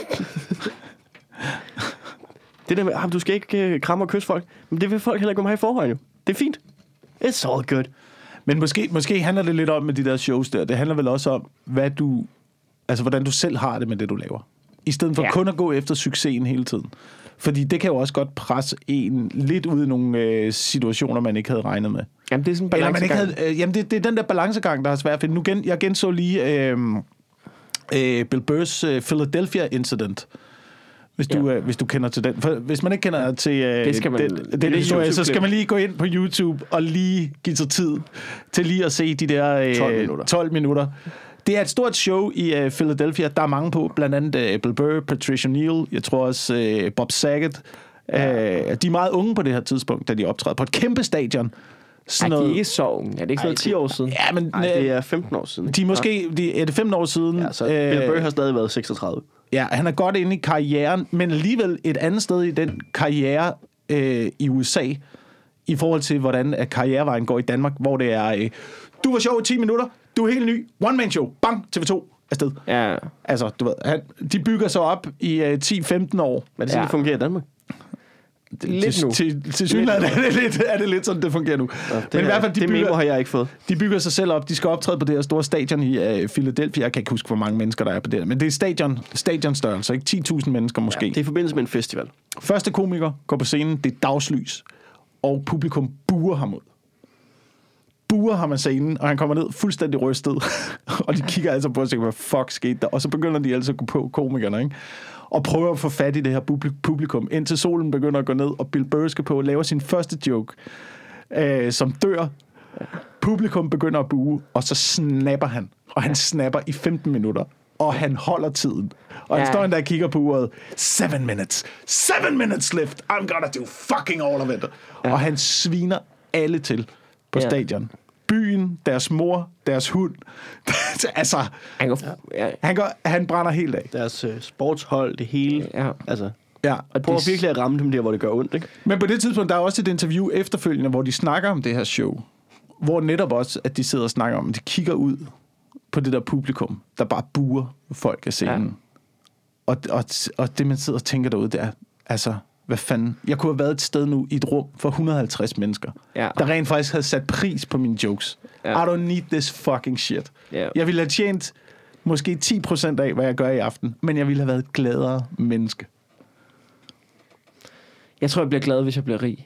Det der med, ah, du skal ikke uh, kramme og kysse folk. Men det vil folk heller ikke med mig i forvejen, jo. Det er fint. It's all good. Men måske, måske handler det lidt om med de der shows der. Det handler vel også om, hvad du... Altså, hvordan du selv har det med det, du laver. I stedet for ja. kun at gå efter succesen hele tiden. Fordi det kan jo også godt presse en lidt ud i nogle øh, situationer, man ikke havde regnet med. Jamen, det er sådan en balancegang. Eller man ikke havde, øh, jamen, det, det er den der balancegang, der er svært. Nu gen, jeg genså lige øh, øh, Bill Burrs øh, Philadelphia Incident. Hvis du, ja. øh, hvis du kender til den. For hvis man ikke kender til øh, det skal man, den, det, den det historie, så skal man lige gå ind på YouTube og lige give sig tid til lige at se de der øh, tolv minutter. tolv minutter. Det er et stort show i uh, Philadelphia. Der er mange på, blandt andet uh, Bill Burr, Patricia Neal, jeg tror også uh, Bob Saget. Ja. Uh, de er meget unge på det her tidspunkt, da de optræder på et kæmpe stadion. Sådan Ej, noget... de er ikke så unge. Er det ikke sådan noget ti år siden? Ja, men... Nej, det er femten år siden. De er måske... De, er det femten år siden? Ja, så Bill Burr har stadig været seksogtredive. Ja, han er godt inde i karrieren, men alligevel et andet sted i den karriere øh, i U S A, i forhold til, hvordan karrierevejen går i Danmark, hvor det er... Øh, du var sjov i ti minutter, du er helt ny, one-man-show, bang, T V to, afsted. Ja. Altså, du ved, han, de bygger sig op i uh, ti femten år. Men det sådan, ja. det fungerer i Danmark? Det, lidt nu. Til, til synligheden er det, lidt, er det lidt sådan, det fungerer nu. Ja, det Men i hvert fald, de det bygger, har jeg ikke fået. De bygger sig selv op, de skal optræde på det her store stadion i uh, Philadelphia. Jeg kan ikke huske, hvor mange mennesker der er på det, men det er stadion, stadionstørrelse, ikke ti tusind mennesker måske. Ja, det er i forbindelse med en festival. Første komiker går på scenen, det er dagslys, og publikum buer ham ud. Buer ham af scenen, og han kommer ned fuldstændig rystet, og de kigger altså på og tænker, hvad fuck skete der? Og så begynder de altså at gå på, komikerne, ikke? Og prøver at få fat i det her publikum, indtil solen begynder at gå ned, og Bill Burr skal på og laver sin første joke, øh, som dør. Publikum begynder at bue, og så snapper han, og han snapper i femten minutter, og han holder tiden. Og han ja. står der og kigger på uret, seven minutes, seven minutes left, I'm gonna do fucking all of it. Ja. Og han sviner alle til på ja. stadion. Byen, deres mor, deres hund. altså, han, går, ja. han, går, han brænder helt af. Deres uh, sportshold, det hele. Ja. Altså, ja. Og prøver det... virkelig at ramme dem der, hvor det gør ondt, ikke? Men på det tidspunkt, der er også et interview efterfølgende, hvor de snakker om det her show. Hvor netop også, at de sidder og snakker om, at de kigger ud på det der publikum, der bare buer folk af scenen. og, og, og det, man sidder og tænker derude, det er, altså, hvad fanden? Jeg kunne have været et sted nu i et rum for et hundrede og halvtreds mennesker, Ja. der rent faktisk havde sat pris på mine jokes. Ja. I don't need this fucking shit. Ja. Jeg ville have tjent måske ti procent af, hvad jeg gør i aften, men jeg ville have været et gladere menneske. Jeg tror, jeg bliver glad, hvis jeg bliver rig.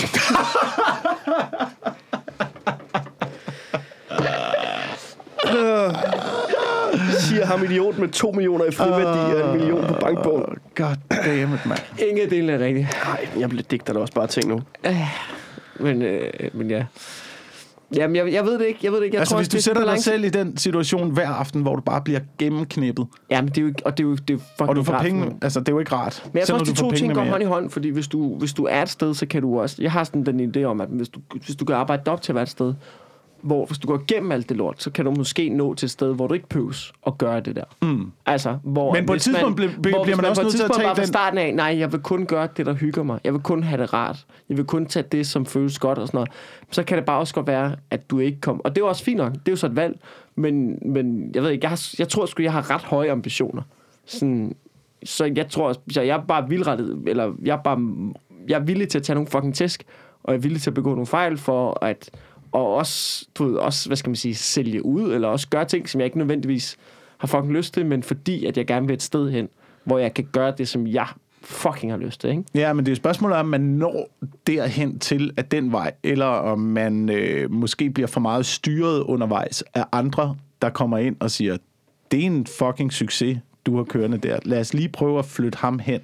Siger ham idiot med to millioner i friværdi og en million på bankbogen. God damn it, man. Ingen del er rigtigt. Nej, jeg bliver digter der også bare ting nu. Men, øh, men ja. Jamen, jeg, jeg ved det ikke. Jeg ved det ikke. Jeg Altså, tror, hvis også, du det er sætter dig balance. selv i den situation hver aften, hvor du bare bliver gennemknippet, Jamen, det er jo ikke, og det er jo, det er jo fucking og du får rart for penge, mig. altså det er jo ikke rart. Men jeg tror Selv også, når de du får to ting pengene går med. hånd i hånd, fordi hvis du, hvis du er et sted, så kan du også... Jeg har sådan den idé om, at hvis du, hvis du kan arbejde dig op til hvert sted, hvor hvis du går igennem alt det lort, så kan du måske nå til et sted, hvor du ikke behøves at gøre det der. Mm. Altså, hvor... Men på et hvis tidspunkt bliver- hvor bliver hvis man også på et nødt til at tidspunkt tage bare fra den- starten af, nej, jeg vil kun gøre det, der hygger mig. Jeg vil kun have det rart. Jeg vil kun tage det, som føles godt og sådan noget. Så kan det bare også godt være, at du ikke kommer... Og det er jo også fint nok. Det er jo så et valg. Men, men jeg ved ikke, jeg, har, jeg tror sgu, jeg har ret høje ambitioner. Sådan, så jeg tror, så jeg er bare vildrettet, eller jeg er bare... Jeg er villig til at tage nogle fucking tæsk, og jeg er villig til at begå nogle fejl for at... Og også, du ved, også, hvad skal man sige, sælge ud, eller også gøre ting, som jeg ikke nødvendigvis har fucking lyst til, men fordi, at jeg gerne vil et sted hen, hvor jeg kan gøre det, som jeg fucking har lyst til, ikke? Ja, men det er et spørgsmål om, man når derhen til at den vej, eller om man øh, måske bliver for meget styret undervejs af andre, der kommer ind og siger, det er en fucking succes, du har kørende der. Lad os lige prøve at flytte ham hen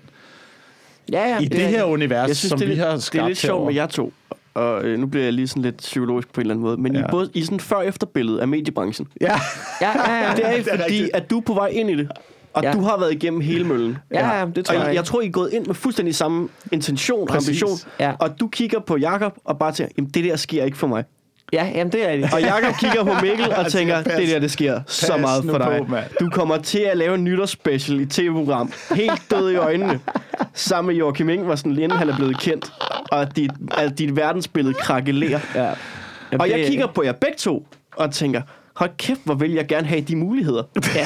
Ja, ja. i det, det her univers, Jeg synes, som det er, vi lidt- har det er skabt lidt sjovt herovre. med jer to. Og øh, nu bliver jeg lige sådan lidt psykologisk på en eller anden måde. Men ja. Ja. I, både, I sådan før-efter-billede af mediebranchen. Ja, Ja, ja, ja. Det er, det er fordi, rigtigt. at du er på vej ind i det. Og Ja. du har været igennem hele møllen. Ja, ja, det tror og jeg jeg, ikke. jeg tror, I er gået ind med fuldstændig samme intention og Præcis. ambition. Ja. Og du kigger på Jakob og bare tænker, jamen det der sker ikke for mig. Ja, jamen det er det. Og Jakob kigger på Mikkel og tænker, pas. det der, det sker så meget nu for dig. på, mand. Du kommer til at lave en nytårsspecial i tv-program. Helt død i øjnene. Sammen med Joachim Ingvarsen, lige inden han er blevet kendt. Og dit, at dit verdensbillede krakelerer. Ja. Jamen, Og jeg det- kigger på jer begge to og tænker, hold kæft, hvor vil jeg gerne have de muligheder. Ja.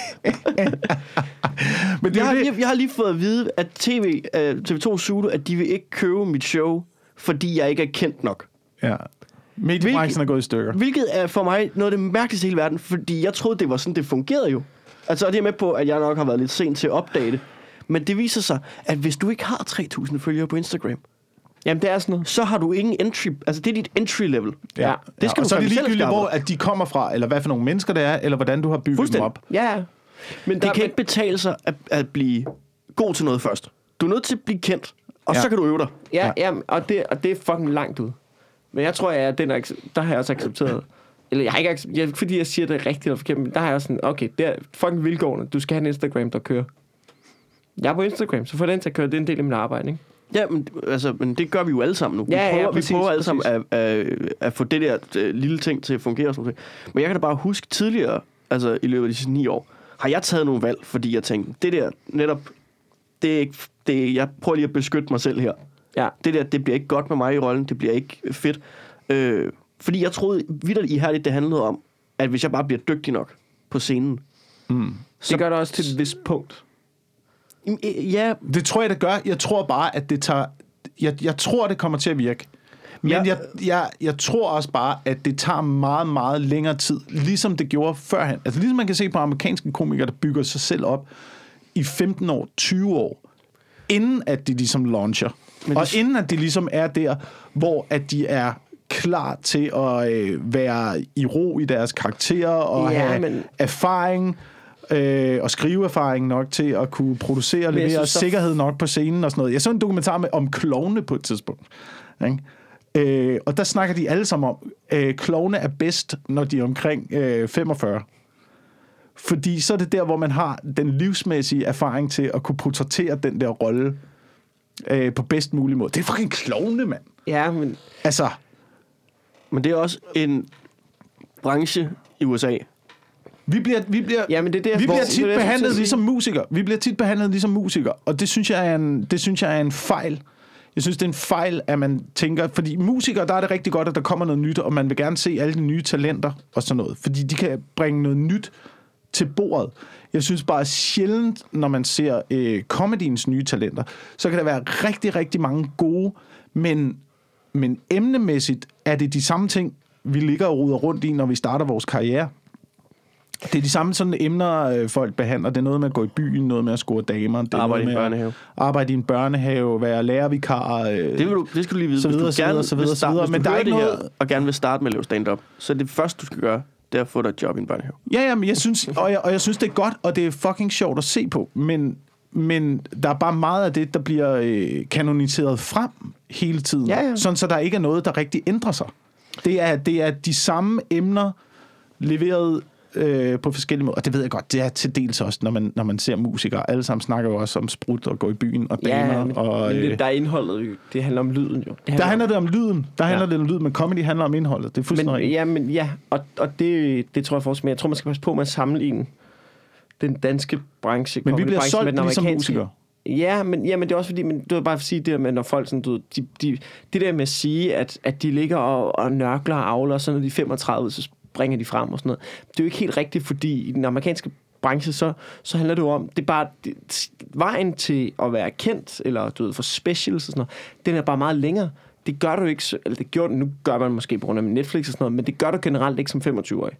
men det Jeg er har, jo det. lige, jeg har lige fået at vide, at T V, uh, T V to Zulu, at de vil ikke købe mit show, fordi jeg ikke er kendt nok. Ja. Mediebranchen er gået i stykker. Hvilket er for mig noget af det mærkeligste i hele verden, fordi jeg troede, det var sådan, det fungerede jo. Altså, og det er med på, at jeg nok har været lidt sent til at opdage det. Men det viser sig, at hvis du ikke har tre tusind følgere på Instagram, Jamen, det er sådan noget. så har du ingen entry, altså det er dit entry level. Ja. Det skal og du så er det fandme selv ligegyldigt, skaffe hvor dig. at de kommer fra, eller hvad for nogle mennesker det er, eller hvordan du har bygget dem Fuldstændig. op. Ja, ja. Men det Der- kan ikke betale sig at, at blive god til noget først. Du er nødt til at blive kendt, og Ja. så kan du øve dig. Ja, Ja. ja. og, det, og det er fucking langt ud. Men jeg tror, at den er, der har jeg også accepteret. Eller jeg har ikke accepteret, jeg, fordi jeg siger det rigtigt eller forkert, men der har jeg også sådan, okay, det er fucking vilkårende. Du skal have en Instagram, der kører. Jeg er på Instagram, så får den til at køre. Det er en del af mit arbejde, ikke? Ja, men, altså, men det gør vi jo alle sammen nu. Vi Ja, ja, prøver, præcis, vi prøver alle præcis. sammen at, at, at få det der uh, lille ting til at fungere. Og sådan noget. Men jeg kan da bare huske tidligere, altså i løbet af de sidste ni år, har jeg taget nogle valg, fordi jeg tænkte, det der netop, det er ikke, det er, jeg prøver lige at beskytte mig selv her. Ja. Det der, det bliver ikke godt med mig i rollen, det bliver ikke fedt. Øh, fordi jeg troede vitterligt ihærdigt, det handlede om, at hvis jeg bare bliver dygtig nok på scenen, Mm. Det gør det også til et vist punkt. jamen, øh, ja, Det tror jeg, det gør. Jeg tror bare, at det tager... Jeg, jeg tror, det kommer til at virke. Men Ja. jeg, jeg, jeg tror også bare, at det tager meget, meget længere tid, ligesom det gjorde førhen. Altså ligesom man kan se på amerikanske komikere, der bygger sig selv op i femten år, tyve år, inden at de ligesom launcher. Men Og det- inden at de ligesom er der, hvor at de er klar til at øh, være i ro i deres karakterer og Ja, have men- erfaring øh, og skriveerfaring nok til at kunne producere og Men jeg levere synes, så- sikkerhed nok på scenen og sådan noget. Jeg så en dokumentar med, om klovne på et tidspunkt. Ikke? Øh, og der snakker de alle sammen om, øh, klovne er bedst, når de er omkring øh, femogfyrre. Fordi så er det der, hvor man har den livsmæssige erfaring til at kunne portrættere den der rolle øh, på bedst mulig måde. Det er fucking klovne, mand. Ja, men... Altså, men det er også en branche i U S A. vi bliver, vi bliver, Ja, men det er det, jeg- vi hvor- bliver det er tit det, jeg skulle til behandlet at sige. ligesom musikere. Vi bliver tit behandlet ligesom musikere, og det synes jeg er en, det synes jeg er en fejl. Jeg synes, det er en fejl, at man tænker... Fordi musikere, der er det rigtig godt, at der kommer noget nyt, og man vil gerne se alle de nye talenter og sådan noget. Fordi de kan bringe noget nyt til bordet. Jeg synes bare sjældent, når man ser øh, comedyens nye talenter, så kan der være rigtig, rigtig mange gode, men, men emnemæssigt er det de samme ting, vi ligger og ruder rundt i, når vi starter vores karriere. Det er de samme sådan emner, folk behandler. Det er noget med at gå i byen, noget med at score damer. Det er arbejde noget i en børnehave. Arbejde i en børnehave, være lærervikar. Øh, det, vil du, det skal du lige vide. Så videre, hvis du gerne så videre, vil så videre. starte, Men der er ikke noget... her, og gerne vil starte med at lave stand-up, så det første, du skal gøre, det er at få dig et job i en børnehave. Ja, ja, men jeg synes, og jeg, og jeg synes, det er godt, og det er fucking sjovt at se på. Men, men der er bare meget af det, der bliver øh, kanoniseret frem hele tiden. Ja, ja. Sådan, så der ikke er noget, der rigtig ændrer sig. Det er, det er de samme emner leveret øh, på forskellige måder. Og det ved jeg godt, det er til dels også, når man, når man ser musikere. Alle sammen snakker jo også om sprut og gå i byen og damer. Ja, men, og, men øh, det, der er indholdet jo. Det handler om lyden jo. Det der handler det om lyden. Der handler Ja. det om lyden, men comedy handler om indholdet. Det er fuldstændig men, rigtigt. ja, men ja, og, og det, det tror jeg faktisk, men jeg tror, man skal passe på med at sammenligne den danske branche. Men vi bliver comedybranche solgt med den ligesom amerikanske. musikere. Ja, men, ja, men det er også fordi, men det var bare for at sige det der med, når folk sådan, du ved, de, de, det der med at sige, at, at de ligger og, og nørkler og avler, og så når de er femogtredive, så springer de frem og sådan noget. Det er jo ikke helt rigtigt, fordi i den amerikanske branche, så, så handler det jo om, det er bare, det, vejen til at være kendt, eller du ved, for specials og sådan noget, den er bare meget længere. Det gør du ikke, eller det gjorde nu gør man måske på grund af Netflix og sådan noget, men det gør du generelt ikke som femogtyve-årig.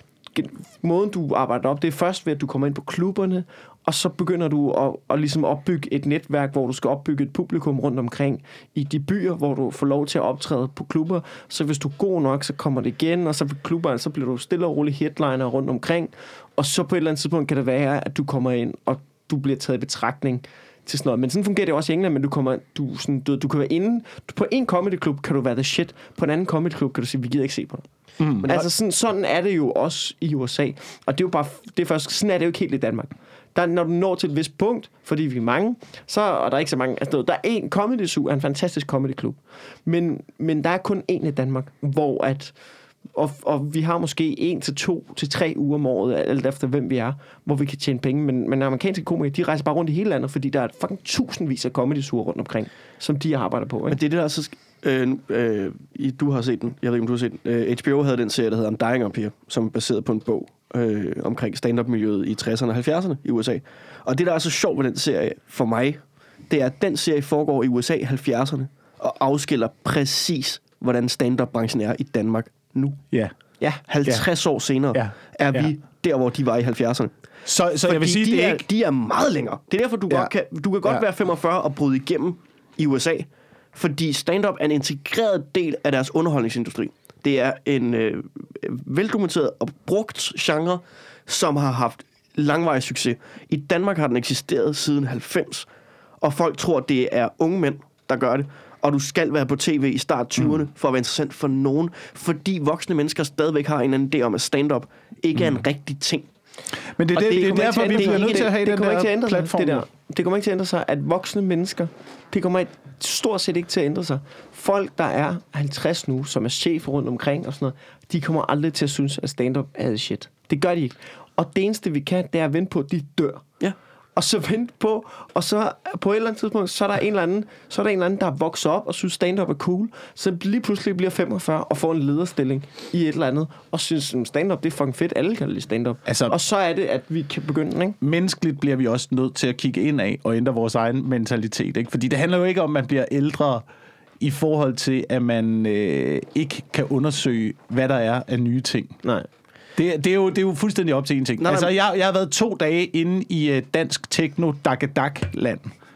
Måden du arbejder op, det er først ved, at du kommer ind på klubberne, og så begynder du at, at ligesom opbygge et netværk, hvor du skal opbygge et publikum rundt omkring i de byer, hvor du får lov til at optræde på klubber. Så hvis du er god nok, så kommer det igen, og så på klubberne, så bliver du stille og roligt headliner rundt omkring, og så på et eller andet tidspunkt kan det være, at du kommer ind, og du bliver taget i betragtning til sådan noget. Men sådan fungerer det også i England, men du kommer, du, sådan, du, du kan være inde, du, på en comedyklub kan du være the shit, på en anden comedyklub kan du sige, vi gider ikke se på dig. Mm. Men altså sådan, sådan er det jo også i U S A, og det er jo bare, det er først, sådan er det jo ikke helt i Danmark. Der, når du når til et vist punkt, fordi vi er mange, så, og der er ikke så mange, altså der er en Comedy Zoo, er en fantastisk comedyklub, men, men der er kun en i Danmark, hvor at, og, og vi har måske en til to til tre uger om året, alt efter hvem vi er, hvor vi kan tjene penge, men, men amerikanske komikere, de rejser bare rundt i hele landet, fordi der er fucking tusindvis af Comedy Zoo rundt omkring, som de arbejder på. Ikke? Men det er det der, så øh, øh, du har set den, jeg ved ikke, om du har set den. Øh, H B O havde den serie, der hedder I'm Dying Up Here, som er baseret på en bog øh, omkring stand-up-miljøet i tresserne og halvfjerdserne i U S A. Og det, der er så sjovt ved den serie for mig, det er, at den serie foregår i U S A i halvfjerdserne og afskiller præcis, hvordan stand-up-branchen er i Danmark nu. Ja. Ja. halvtreds ja. år senere Ja. er vi Ja. der, hvor de var i halvfjerdserne. Så, så jeg vil sige, de, det er er, ikke... de er meget længere. Det er derfor, du, Ja. godt kan, du kan godt Ja. være femogfyrre og bryde igennem i U S A. Fordi stand-up er en integreret del af deres underholdningsindustri. Det er en øh, veldokumenteret og brugt genre, som har haft langvarig succes. I Danmark har den eksisteret siden halvfems, og folk tror, det er unge mænd, der gør det. Og du skal være på tv i start tyverne mm. for at være interessant for nogen, fordi voksne mennesker stadigvæk har en anden idé om, at stand-up ikke er en rigtig ting. Men det er, Og det, det det er kommer derfor, ikke vi til at bliver ændre- nødt til at have det den kommer ikke til at der ændre sig, platform. det der. Det kommer ikke til at ændre sig, at voksne mennesker, det kommer ikke, stort set ikke til at ændre sig. Folk, der er halvtreds nu, som er chefer rundt omkring og sådan noget, de kommer aldrig til at synes, at stand-up er shit. Det gør de ikke. Og det eneste, vi kan, det er at vente på, at de dør. Ja. Og så vente på, og så på et eller andet tidspunkt, så er der en eller anden, så er der en eller anden, der er vokset op og synes, stand-up er cool, så lige pludselig bliver femogfyrre og får en lederstilling i et eller andet, og synes, at stand-up, det er fucking fedt, alle kan lide stand-up. Altså- og så er det, at vi kan begynde, ikke? Menneskeligt bliver vi også nødt til at kigge ind af og ændre vores egen mentalitet. Ikke? Fordi det handler jo ikke om, at man bliver ældre i forhold til, at man øh, ikke kan undersøge, hvad der er af nye ting. Nej. Det, det, er jo, det er jo fuldstændig op til en ting. Nej, Altså, nej. jeg, jeg har været to dage inde i uh, dansk techno dak-dak-land.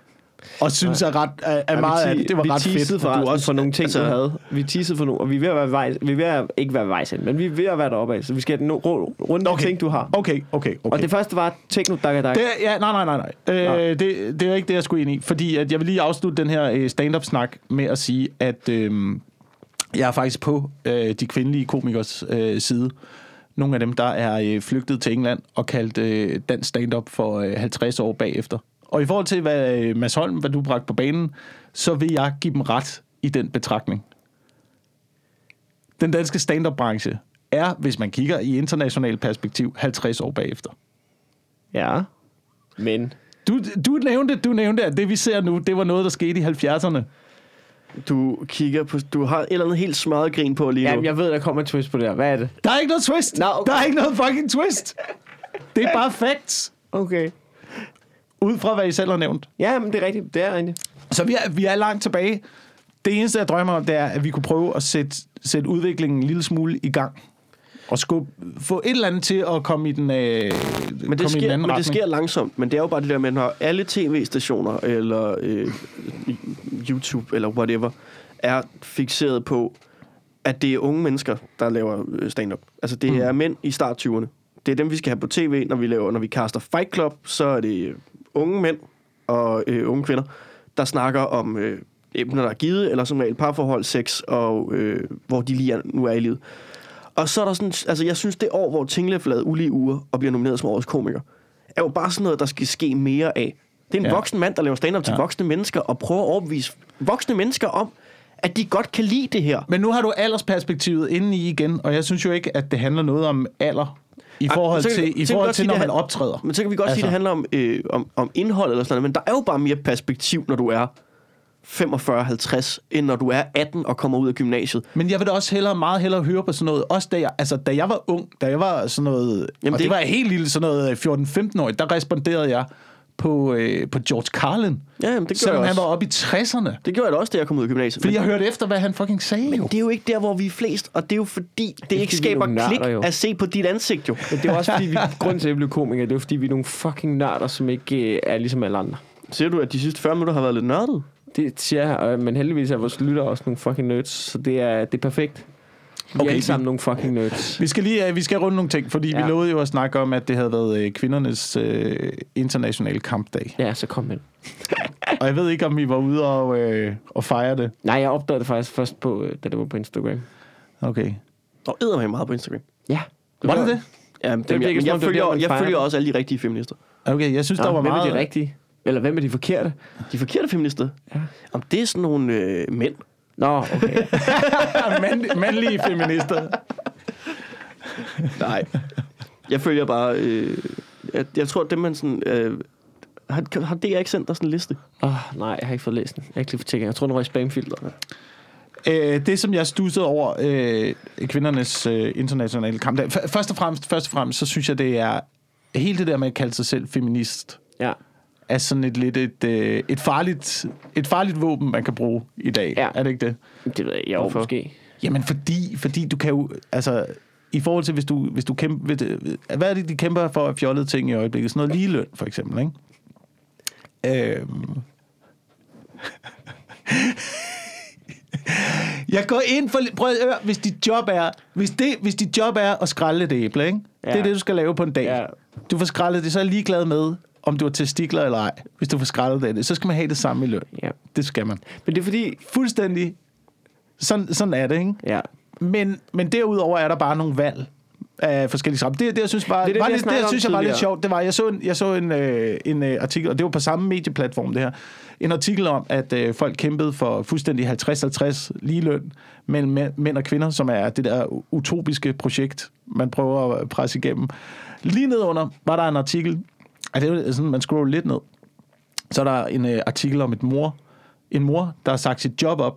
Og synes, at, ret, at, at meget af det, det var vi ret fedt. teasede for, Og du også, også- for nogle ting, altså- du havde. Vi teasede for nogle, og vi er ved at være vej, vi er ved at, ikke være vejs ind, men vi er ved at være deroppe af, så vi skal have no, rundt Okay. de ting, du har. Okay, okay, okay. Og det første var techno dak dak. Det, ja, nej, nej, nej, nej. Øh, Nå. det, det er ikke det, jeg skulle ind i. Fordi at jeg vil lige afslutte den her øh, stand-up-snak med at sige, at øh, jeg er faktisk på øh, de kvindelige komikers øh, side. Nogle af dem, der er øh, flygtet til England og kaldt øh, dansk stand-up for øh, halvtreds år bagefter. Og i forhold til, hvad øh, Mads Holm, hvad du bragte på banen, så vil jeg give dem ret i den betragtning. Den danske stand-up-branche er, hvis man kigger i international perspektiv, halvtreds år bagefter. Ja. Men Du, du, nævnte, du nævnte, at det vi ser nu, det var noget, der skete i halvfjerdserne. Du kigger på, du har et eller andet helt smadret grin på lige nu. jamen, jeg ved, der kommer en twist på det her. Hvad er det? Der er ikke noget twist. Nå, okay. Der er ikke noget fucking twist. Det er bare facts. Okay. Ud fra, hvad I selv har nævnt. Ja, men det er rigtigt. Det er rigtigt. Så vi er, vi er langt tilbage. Det eneste, jeg drømmer om, det er, at vi kunne prøve at sætte, sætte udviklingen en lille smule i gang. Og skub, få et eller andet til at komme i den, øh, men det, sker, men det sker langsomt. Men det er jo bare det der med, når alle tv-stationer eller øh, YouTube eller whatever er fixeret på, at det er unge mennesker, der laver stand-up. Altså det mm. er mænd i start tyverne. Det er dem, vi skal have på tv, når vi laver, når vi kaster Fight Club, så er det unge mænd og øh, unge kvinder, der snakker om øh, emner, der er givet, eller som regel parforhold, sex, og øh, hvor de lige er, nu er i livet. Og så er der sådan, altså jeg synes, det år, hvor Tingle har lavet ulige uger og bliver nomineret som årets komiker, er jo bare sådan noget, der skal ske mere af. Det er en ja. voksen mand, der laver stand-up til ja. voksne mennesker, og prøver at overbevise voksne mennesker om, at de godt kan lide det her. Men nu har du aldersperspektivet inde i igen, og jeg synes jo ikke, at det handler noget om alder, i forhold ja, til, i forhold til når man optræder. Men så kan vi godt altså. sige, at det handler om, øh, om, om indhold eller sådan noget, men der er jo bare mere perspektiv, når du er femogfyrre halvtreds, end når du er atten og kommer ud af gymnasiet. Men jeg vil da også hellere, meget hellere høre på sådan noget. Også da jeg, altså, da jeg var ung, da jeg var sådan noget, Jamen, og det, det var helt lille, sådan noget fjorten femten år, der responderede jeg på, øh, på George Carlin. Ja, jamen, det gjorde selvom jeg han også. var oppe i tresserne. Det gjorde jeg da også, da jeg kom ud af gymnasiet. Fordi men, jeg hørte efter, hvad han fucking sagde. Men jo. det er jo ikke der, hvor vi er flest, og det er jo fordi, det, det ikke skaber klik nørder, at se på dit ansigt, jo. Men det er også fordi, vi, grunden til, at vi blev komikere, det er jo fordi, vi er nogle fucking nørder, som ikke er ligesom alle andre. Ser du, at de sidste fyrre minutter har været lidt nørdet? Det siger jeg, men heldigvis er vores lytter også nogle fucking nerds, så det er, det er perfekt. Vi okay, er alle sammen vi, nogle fucking nerds. Vi skal lige vi skal runde nogle ting, fordi ja. vi lovede jo at snakke om, at det havde været kvindernes øh, internationale kampdag. Ja, så kom ind. Og jeg ved ikke, om I var ude og, øh, og fejre det. Nej, jeg opdagede det faktisk først, på, da det var på Instagram. Okay. Og æder mig meget på Instagram. Ja. Det var, var det det? Ja, det, det, jeg, jeg, jeg, følger, jeg følger også alle de rigtige feminister. Okay, jeg synes, Nå, der var hvem meget... Hvem er de rigtige? Eller hvem er de forkerte? De forkerte feminister? Ja. Om det er sådan nogle øh, mænd. Nå, okay. Mand, mandlige feminister. Nej. Jeg følger bare... Øh, jeg, jeg tror, det man sådan... Øh, har, har D R ikke sendt dig sådan en liste? Åh, oh, nej, jeg har ikke fået læst den. Jeg har ikke lige fået tjekket. Jeg tror, den var i spamfilteret. Øh, det, som jeg stussede over øh, kvindernes øh, internationale kampdag... Først og fremmest, først og fremmest, så synes jeg, det er... Helt det der med at kalde sig selv feminist... Ja. er sådan et lidt et, øh, et, farligt, et farligt våben, man kan bruge i dag. Ja. Er det ikke det? Det ved jeg, jo, måske. Jamen, fordi, fordi du kan jo... Altså, i forhold til, hvis du, hvis du kæmper... Ved, hvad er det, de kæmper for at fjollede ting i øjeblikket? Sådan noget ligeløn, for eksempel, ikke? Øhm. Jeg går ind for... Prøv at høre, hvis dit job er... Hvis, det, hvis dit job er at skrælle et æble, ikke? Ja. Det er det, du skal lave på en dag. Ja. Du får skrællet det, så er jeg ligeglad med... om du har testikler eller ej, hvis du får skrællet det, så skal man have det samme i løn. Ja. Det skal man. Men det er fordi... Fuldstændig... Sådan, sådan er det, ikke? Ja. Men, men derudover er der bare nogle valg af forskellige sammen. Det, det, jeg synes, bare, det, det, var det, lidt, det, jeg synes jeg var lidt sjovt, det var, jeg så en, jeg så en, øh, en øh, artikel, og det var på samme medieplatform, det her. En artikel om, at øh, folk kæmpede for fuldstændig halvtreds halvtreds ligeløn mellem mænd og kvinder, som er det der utopiske projekt, man prøver at presse igennem. Lige nedunder var der en artikel. Altså, det er sådan, man scroller lidt ned. Så er der en uh, artikel om et mor, en mor, der har sagt sit job op,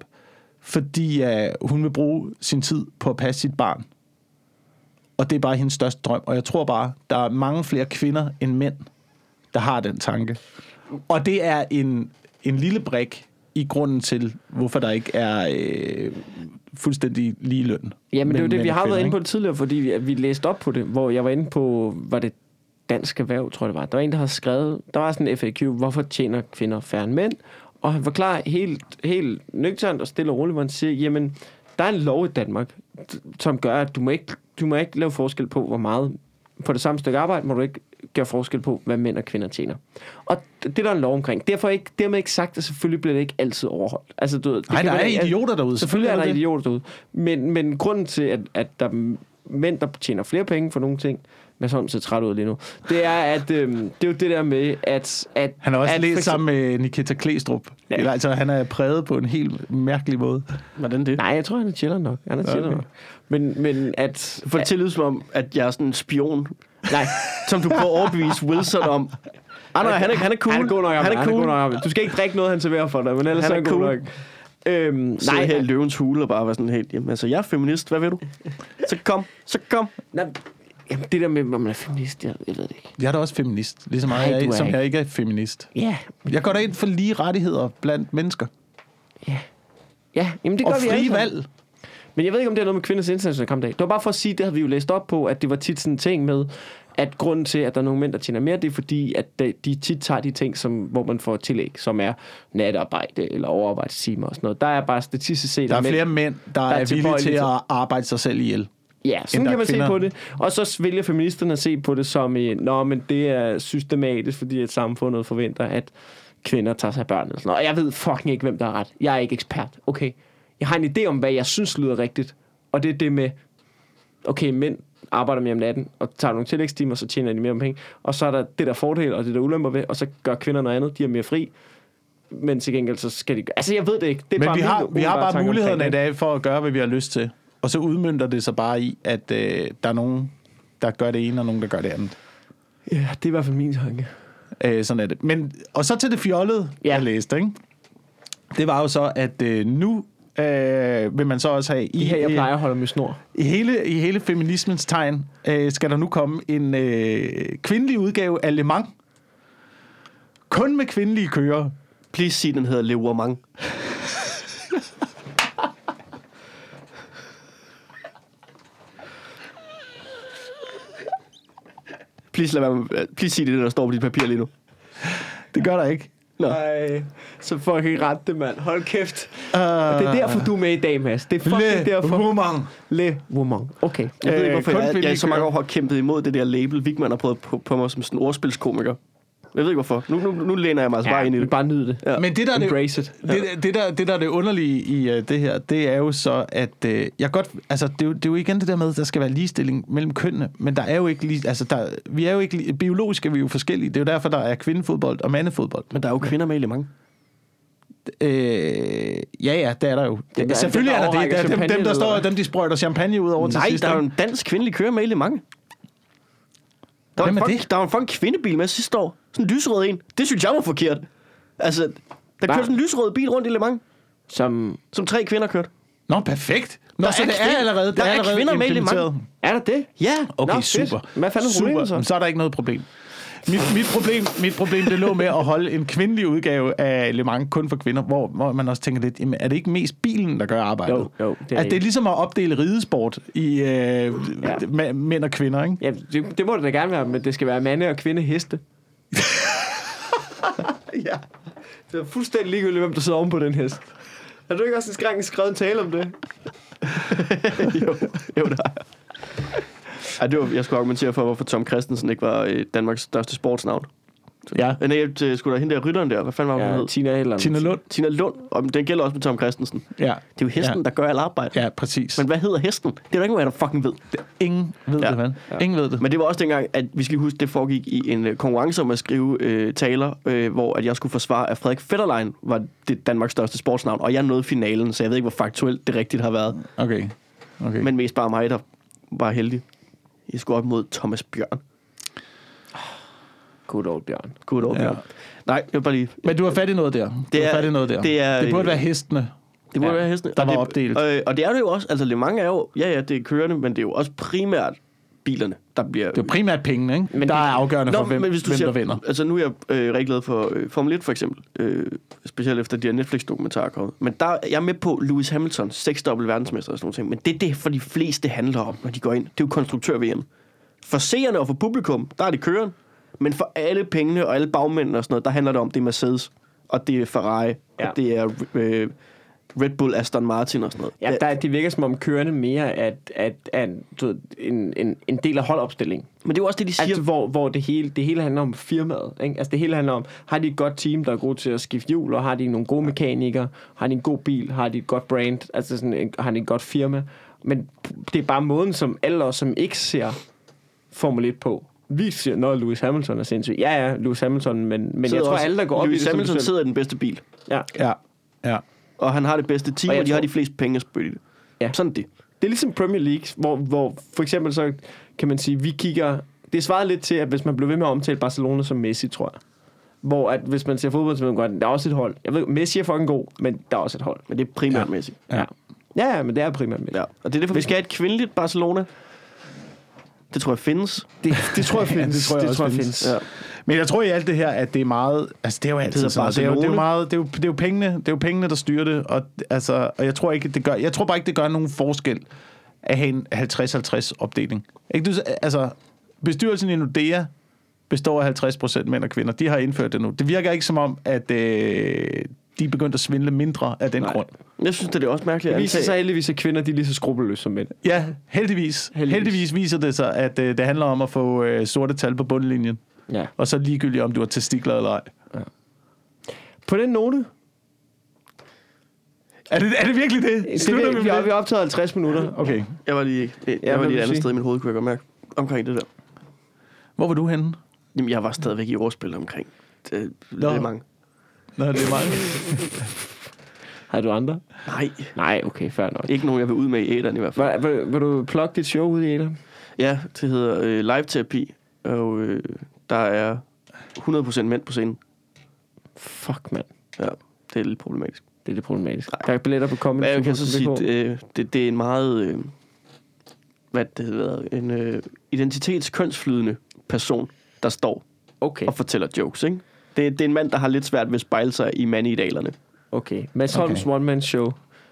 fordi uh, hun vil bruge sin tid på at passe sit barn. Og det er bare hendes største drøm. Og jeg tror bare, der er mange flere kvinder end mænd, der har den tanke. Og det er en, en lille brik i grunden til, hvorfor der ikke er øh, fuldstændig lige løn. Jamen det er jo det, vi har været inde på det tidligere, fordi vi, vi læste op på det, hvor jeg var inde på, var det Dansk Erhverv, tror jeg det var. Der var en, der havde skrevet, der var sådan en F A Q, hvorfor tjener kvinder færre end mænd? Og han forklarer helt, helt nøgternt og stille og roligt, hvor han siger, jamen, der er en lov i Danmark, som gør, at du må ikke, du må ikke lave forskel på, hvor meget, på det samme stykke arbejde, må du ikke gøre forskel på, hvad mænd og kvinder tjener. Og det er der en lov omkring. Derfor ikke, dermed ikke sagt, at selvfølgelig bliver det ikke altid overholdt. Altså, du, det Nej, der er være, idioter derude. Selvfølgelig er der idioter derude. Men, men grunden til, at, at der er mænd, der tjener flere penge for nogle ting, men sådan ser træt ud lige nu, det er, at øhm, det er jo det der med, at... at han har også at, læst sammen med Nikita Klæstrup. Ja. Eller, altså, han er præget på en helt mærkelig måde. Hvordan det? Nej, jeg tror, han er chiller nok. Han er chiller okay. nok. Men, men at... For det lyder som om, at jeg er sådan en spion. Nej. Som du prøver at overbevise Wilson om. Ah, nej, han er, han er cool. Han er god nok. Han er cool. Han er nok. Du skal ikke drikke noget, han serverer for dig, men ellers han er, er cool. nok. Øhm, nej, her i løvens hule og bare være sådan helt, jamen, altså, jeg er feminist, hvad vil du? Så kom, så kom. Nej, Jamen, det der med, hvor man er feminist, jeg, jeg ved det ikke. Jeg er da også feminist, lige så meget Nej, jeg du er, er som ikke. jeg ikke er feminist. Ja. Jeg går da ind for lige rettigheder blandt mennesker. Ja. Ja, jamen det gør Og vi alle frie sammen. valg. Men jeg ved ikke, om det er noget med kvinders internationale kampdag. Det var bare for at sige, det havde vi jo læst op på, at det var tit sådan en ting med, at grunden til, at der er nogle mænd, der tjener mere, det er fordi, at de tit tager de ting, som, hvor man får tillæg, som er natarbejde eller overarbejdstimer og sådan noget. Der er bare statistisk set... Der er mænd, flere mænd, der, der er, er villige til at arbejde sig selv ihjel. Ja, sådan der kan man kvinder. se på det. Og så vælger feministerne at se på det som, øh, nå, men det er systematisk, fordi at samfundet forventer, at kvinder tager sig af børn. Og, sådan noget. Og jeg ved fucking ikke, hvem der har ret. Jeg er ikke ekspert. Okay. Jeg har en idé om, hvad jeg synes lyder rigtigt. Og det er det med, okay, mænd arbejder mere om natten, og tager nogle tillægstimer, så tjener de mere om penge. Og så er der det der fordel, og det der ulemper ved, og så gør kvinder noget andet. De er mere fri. Men til gengæld, så skal de... Altså, jeg ved det ikke. Det er Men bare vi har, min, vi har bare tanke mulighederne i omkring det. dag for at gøre, hvad vi har lyst til. Og så udmønter det sig bare i, at øh, der er nogen, der gør det ene, og nogen, der gør det andet. Ja, det er i hvert fald min tanke. Øh, sådan er det. Men, og så til det fjollede, Ja. jeg læste, ikke? Det var jo så, at øh, nu øh, vil man så også have... I, Det her, jeg plejer at holde med snor. I hele, i hele feminismens tegn øh, skal der nu komme en øh, kvindelig udgave af Le Mans. Kun med kvindelige kører. Please sig, den hedder Le Mans. Please, lad være med, please sig det, der står på dit papir lige nu. Det gør der ikke. Nej, så får jeg ikke ret det, mand. Hold kæft. Uh, Det er derfor, du er med i dag, Mads. Det er fucking Le derfor. Mans. Le Woman. Okay. Jeg ved ikke, Øh, hvorfor kun jeg, jeg, kvindelige i så mange kører. år har kæmpet imod det der label. Vigman har prøvet på, på mig som sådan en ordspilskomiker. Jeg ved ikke, hvorfor. Nu, nu, nu læner jeg mig altså Ja, bare ind i det. bare nyd det. Ja. Men det der, er det, Embrace it. det, det, der, det der er det underlige i uh, det her, det er jo så, at uh, jeg godt, altså det er, jo, det er jo igen det der med, at der skal være ligestilling mellem kønnene, men der er jo ikke lige, altså der, vi er jo ikke, li- biologisk er vi jo forskellige. Det er jo derfor, der er kvindefodbold og mandefodbold. Men der er jo kvinder med i Le Mans. Øh, ja, ja, det er der jo. Det er- Selvfølgelig den, der er der det. overrækker Der er dem, dem, der champagne, står, eller dem, de sprøjter champagne ud over til Nej, sidst. der er jo ikke? en dansk kvindelig kører med i Le Mans. Der var, Hvem en er fucking, det? der var en fucking kvindebil med sidste år. Sådan en lyserød en. Det synes jeg var forkert. Altså, der Hva? kørte sådan en lyserød bil rundt i Le Mans, Som... som tre kvinder kørte. Nå, perfekt. Nå, Der så er det er kvinde- allerede, det der er er allerede kvinder med i Le Mans. implementeret. Er der det? Ja. Okay, Nå, fedt. super. Hvad fanden er problemet Super. så? Så er der ikke noget problem. Mit, mit, problem, mit problem, det lå med at holde en kvindelig udgave af Le Mans kun for kvinder, hvor, hvor man også tænker lidt, jamen, er det ikke mest bilen, der gør arbejdet? Jo, jo, det er at det er rigtigt. ligesom at opdele ridesport i øh, ja. mænd og kvinder, ikke? Ja, det, det må det da gerne være, men det skal være mande og kvinde heste. Ja. Det er fuldstændig ligegyldigt, hvem der sidder oven på den hest. Har du ikke også en gang skrevet en tale om det? jo, jo, der er. Ej, det var, jeg skulle argumentere for, hvorfor Tom Christensen ikke var øh, Danmarks største sportsnavn. Ja. Men nej, det skulle der hende der rytteren der. Hvad fanden var hun Ja, hed? Tina Heller. Tina Lund. Tina Lund. Og den gælder også med Tom Christensen. Ja. Det er jo hesten, ja. der gør alt arbejde. Ja, præcis. Men hvad hedder hesten? Det er der ikke nogen, der fucking ved. Ingen ved Ja. det, vel? Ja. Ingen ved det. Men det var også dengang, at vi skal lige huske, det foregik i en øh, konkurrence om at skrive øh, taler, øh, hvor at jeg skulle forsvare, at Frederik Fetterlein var det Danmarks største sportsnavn, og jeg nåede finalen, så jeg ved ikke, hvor faktuelt det rigtigt har været. Okay. okay. Men mest bare mig, der var heldig. Jeg skulle op mod Thomas Bjørn. Good old Bjørn. Good old Ja. Bjørn. Nej, jeg vil bare lige... Men du har fat i noget der. Du Det har er- fat i noget der. det er- det burde være hestene. Det må Ja, ja, være hestene. der Og var det, opdelt. Og, og det er det jo også. Altså, Le Mans er jo... Ja, ja, det er kørende, men det er jo også primært bilerne, der bliver... Det er primært pengene, ikke? Men Men der det- er afgørende Nå, for, hvem, men hvis du hvem siger, der vinder. Altså, nu er jeg øh, rigtig glad for øh, Formel et, for eksempel. Øh, specielt efter de her Netflix-dokumentarer er kommet. Men der er jeg med på Lewis Hamilton, seksdobbelt verdensmester og sådan noget ting. Men det er det, for de fleste handler om, når de går ind. Det er jo konstruktør-V M. For seerne og for publikum, der er det køren. Men for alle pengene og alle bagmændene og sådan noget, der handler det om, det er Mercedes, og det er Ferrari, Ja. og det er øh, Red Bull, Aston Martin og sådan noget. Ja, der, det virker som om kørende mere at, at, at du ved, en, en, en del af holdopstillingen. Men det er jo også det, de siger. Altså, hvor, hvor det, hele, det hele handler om firmaet. Ikke? Altså, det hele handler om, har de et godt team, der er gode til at skifte hjul, og har de nogle gode mekanikere, har de en god bil, har de et godt brand, altså sådan, en, har de et godt firma. Men det er bare måden, som alle os, som ikke ser Formel et på, vi siger, når Lewis Hamilton er sindssygt. Ja, ja, Lewis Hamilton, men, men jeg tror, også, alle, der går op Lewis i det, Hamilton som du selv- sidder i den bedste bil, Ja. Ja, ja. og han har det bedste team, Og og, jeg og de har tror- de fleste penge at spytte i det. Ja. Sådan er det. Det er ligesom Premier League, hvor, hvor for eksempel så kan man sige, vi kigger... Det svarer lidt til, at hvis man blev ved med at omtale Barcelona som Messi, tror jeg. Hvor at hvis man ser fodbold, så ved man godt, der er også et hold. Jeg ved, Messi er fucking god, men der er også et hold. Men det er primært Ja. Messi. Ja. Ja, ja, ja men det er primært Messi. Ja. Og det er derfor, vi skal have et kvindeligt Barcelona. Det tror jeg findes. Det, det tror jeg Ja, findes. det tror jeg det også tror jeg findes. findes. Ja. Men jeg tror i alt det her, at det er meget... Altså, det er jo altid hedder sådan. Det er jo, det er jo Barcelona. meget... Det er jo, det er jo pengene, det er jo pengene, der styrer det. Og, altså, og jeg tror ikke, det gør... Jeg tror bare ikke, det gør nogen forskel at have en halvtreds halvtreds opdeling. Ikke du, altså, bestyrelsen i Nordea består af halvtreds procent mænd og kvinder. De har indført det nu. Det virker ikke som om, at øh, de er begyndt at svindle mindre af den Nej. grund. Jeg synes, det er også mærkeligt Det at viser sig antage. heldigvis, at kvinder de er lige så skrupelløse som mænd. Ja, heldigvis. Heldigvis. Heldigvis viser det sig, at øh, det handler om at få øh, sorte tal på bundlinjen. Ja. Og så ligegyldigt, om du har testikler eller ej. På den note, Er det, er det virkelig det? det Slutter vi, vi vi, med har, vi det? har optaget halvtreds minutter. Okay. Jeg var lige, jeg, Ja, jeg var hvad lige vil et du andet sige? sted i mit hoved, kunne jeg godt mærke, omkring det der. Hvor var du henne? Jamen, jeg var stadigvæk i ordspil omkring det, Nå. det mange. Nå, det er mange. Har du andre? Nej, Nej, okay, fair nok. ikke nogen, jeg vil ud med i æderen i hvert fald. Vil, vil, vil du plukke dit show ud i et? Ja, det hedder øh, live-terapi, og øh, der er hundrede procent mænd på scenen. Fuck, mand. Ja, det er lidt problematisk. Det er lidt problematisk. Der er billetter på comedy. Men jeg kan så sige, det, øh, det, det er en meget, øh, hvad det hedder, en øh, identitetskønsflydende person, der står Okay, og fortæller jokes, ikke? Det, det er en mand, der har lidt svært ved at spejle sig i mandidealerne. okay. Mads Holms Okay. one-man-show.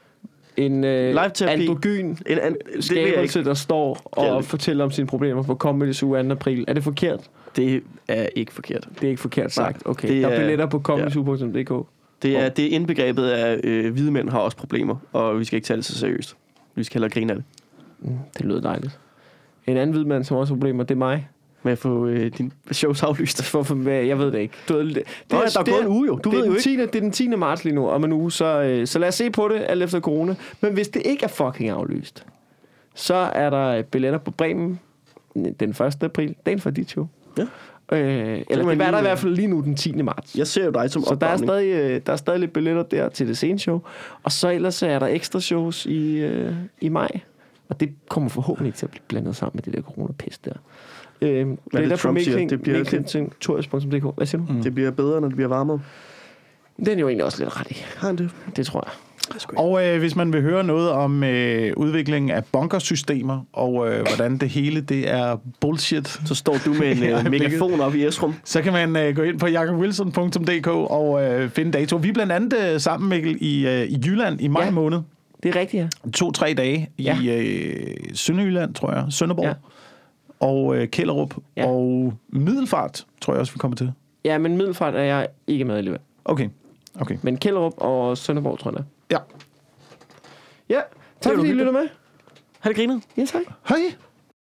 En øh, Live-terapi. androgyn En, an, det ved jeg skabelse, ikke. der står Det er og det. fortæller om sine problemer på Comedy's uge anden april. Er det forkert? Det er ikke forkert. Det er ikke forkert sagt. Okay, det der er er- billetter på comedys uge punktum d k. Det er, det er indbegrebet af, øh, hvide mænd har også problemer, og vi skal ikke tage det så seriøst. Vi skal hellere grine af det. Mm, det lyder dejligt. En anden hvid mand, som også har problemer, det er mig. Med at få øh, din shows aflyst. For, for, hvad- jeg ved det ikke. Du, ved, det, Nå, ja, der er gået en uge jo. Du det, ved er jo den ikke. tiende, det er den tiende marts lige nu, om en uge, så, øh, så lad os se på det, alt efter corona. Men hvis det ikke er fucking aflyst, så er der billetter på Bremen den første april, dagen for dit show. Ja. Øh, eller det man er der lige- i hvert fald lige nu den tiende marts. Jeg ser jo dig som Så der er, opvarmning. stadig, øh, der er stadig lidt billetter der til det sene show. Og så ellers er der ekstra shows i, øh, i maj. Og det kommer forhåbentlig ikke til at blive blandet sammen med det der coronapis der. Øh, billetter på Trump siger? Mikling, Det bliver- mikling punktum d k. Hvad siger du? Mm. Det bliver bedre, når det bliver varmere. Den er jo egentlig også lidt ret i. Har han det? Det tror jeg. Og øh, hvis man vil høre noget om øh, udviklingen af bunkersystemer, og øh, hvordan det hele det er bullshit, Så står du med en Ja, øh, megafon op i S-rum. så kan man øh, gå ind på jakob wilson punktum d k og øh, finde dato. Vi er blandt andet øh, sammen, Mikkel, i, øh, i Jylland i maj Ja. måned. Det er rigtigt, ja. To-tre dage Ja. i øh, Sønderjylland, tror jeg. Sønderborg. Ja. Og øh, Kjellerup. Ja. Og Middelfart, tror jeg også, vi kommer til. Ja, men Middelfart er jeg ikke med alligevel. Okay. Okay. Men Kjellerup og Sønderborg, tror jeg. Ja. Ja, tak du fordi I hyggeligt. lytter med. Har det grinet? Ja, tak. Hej.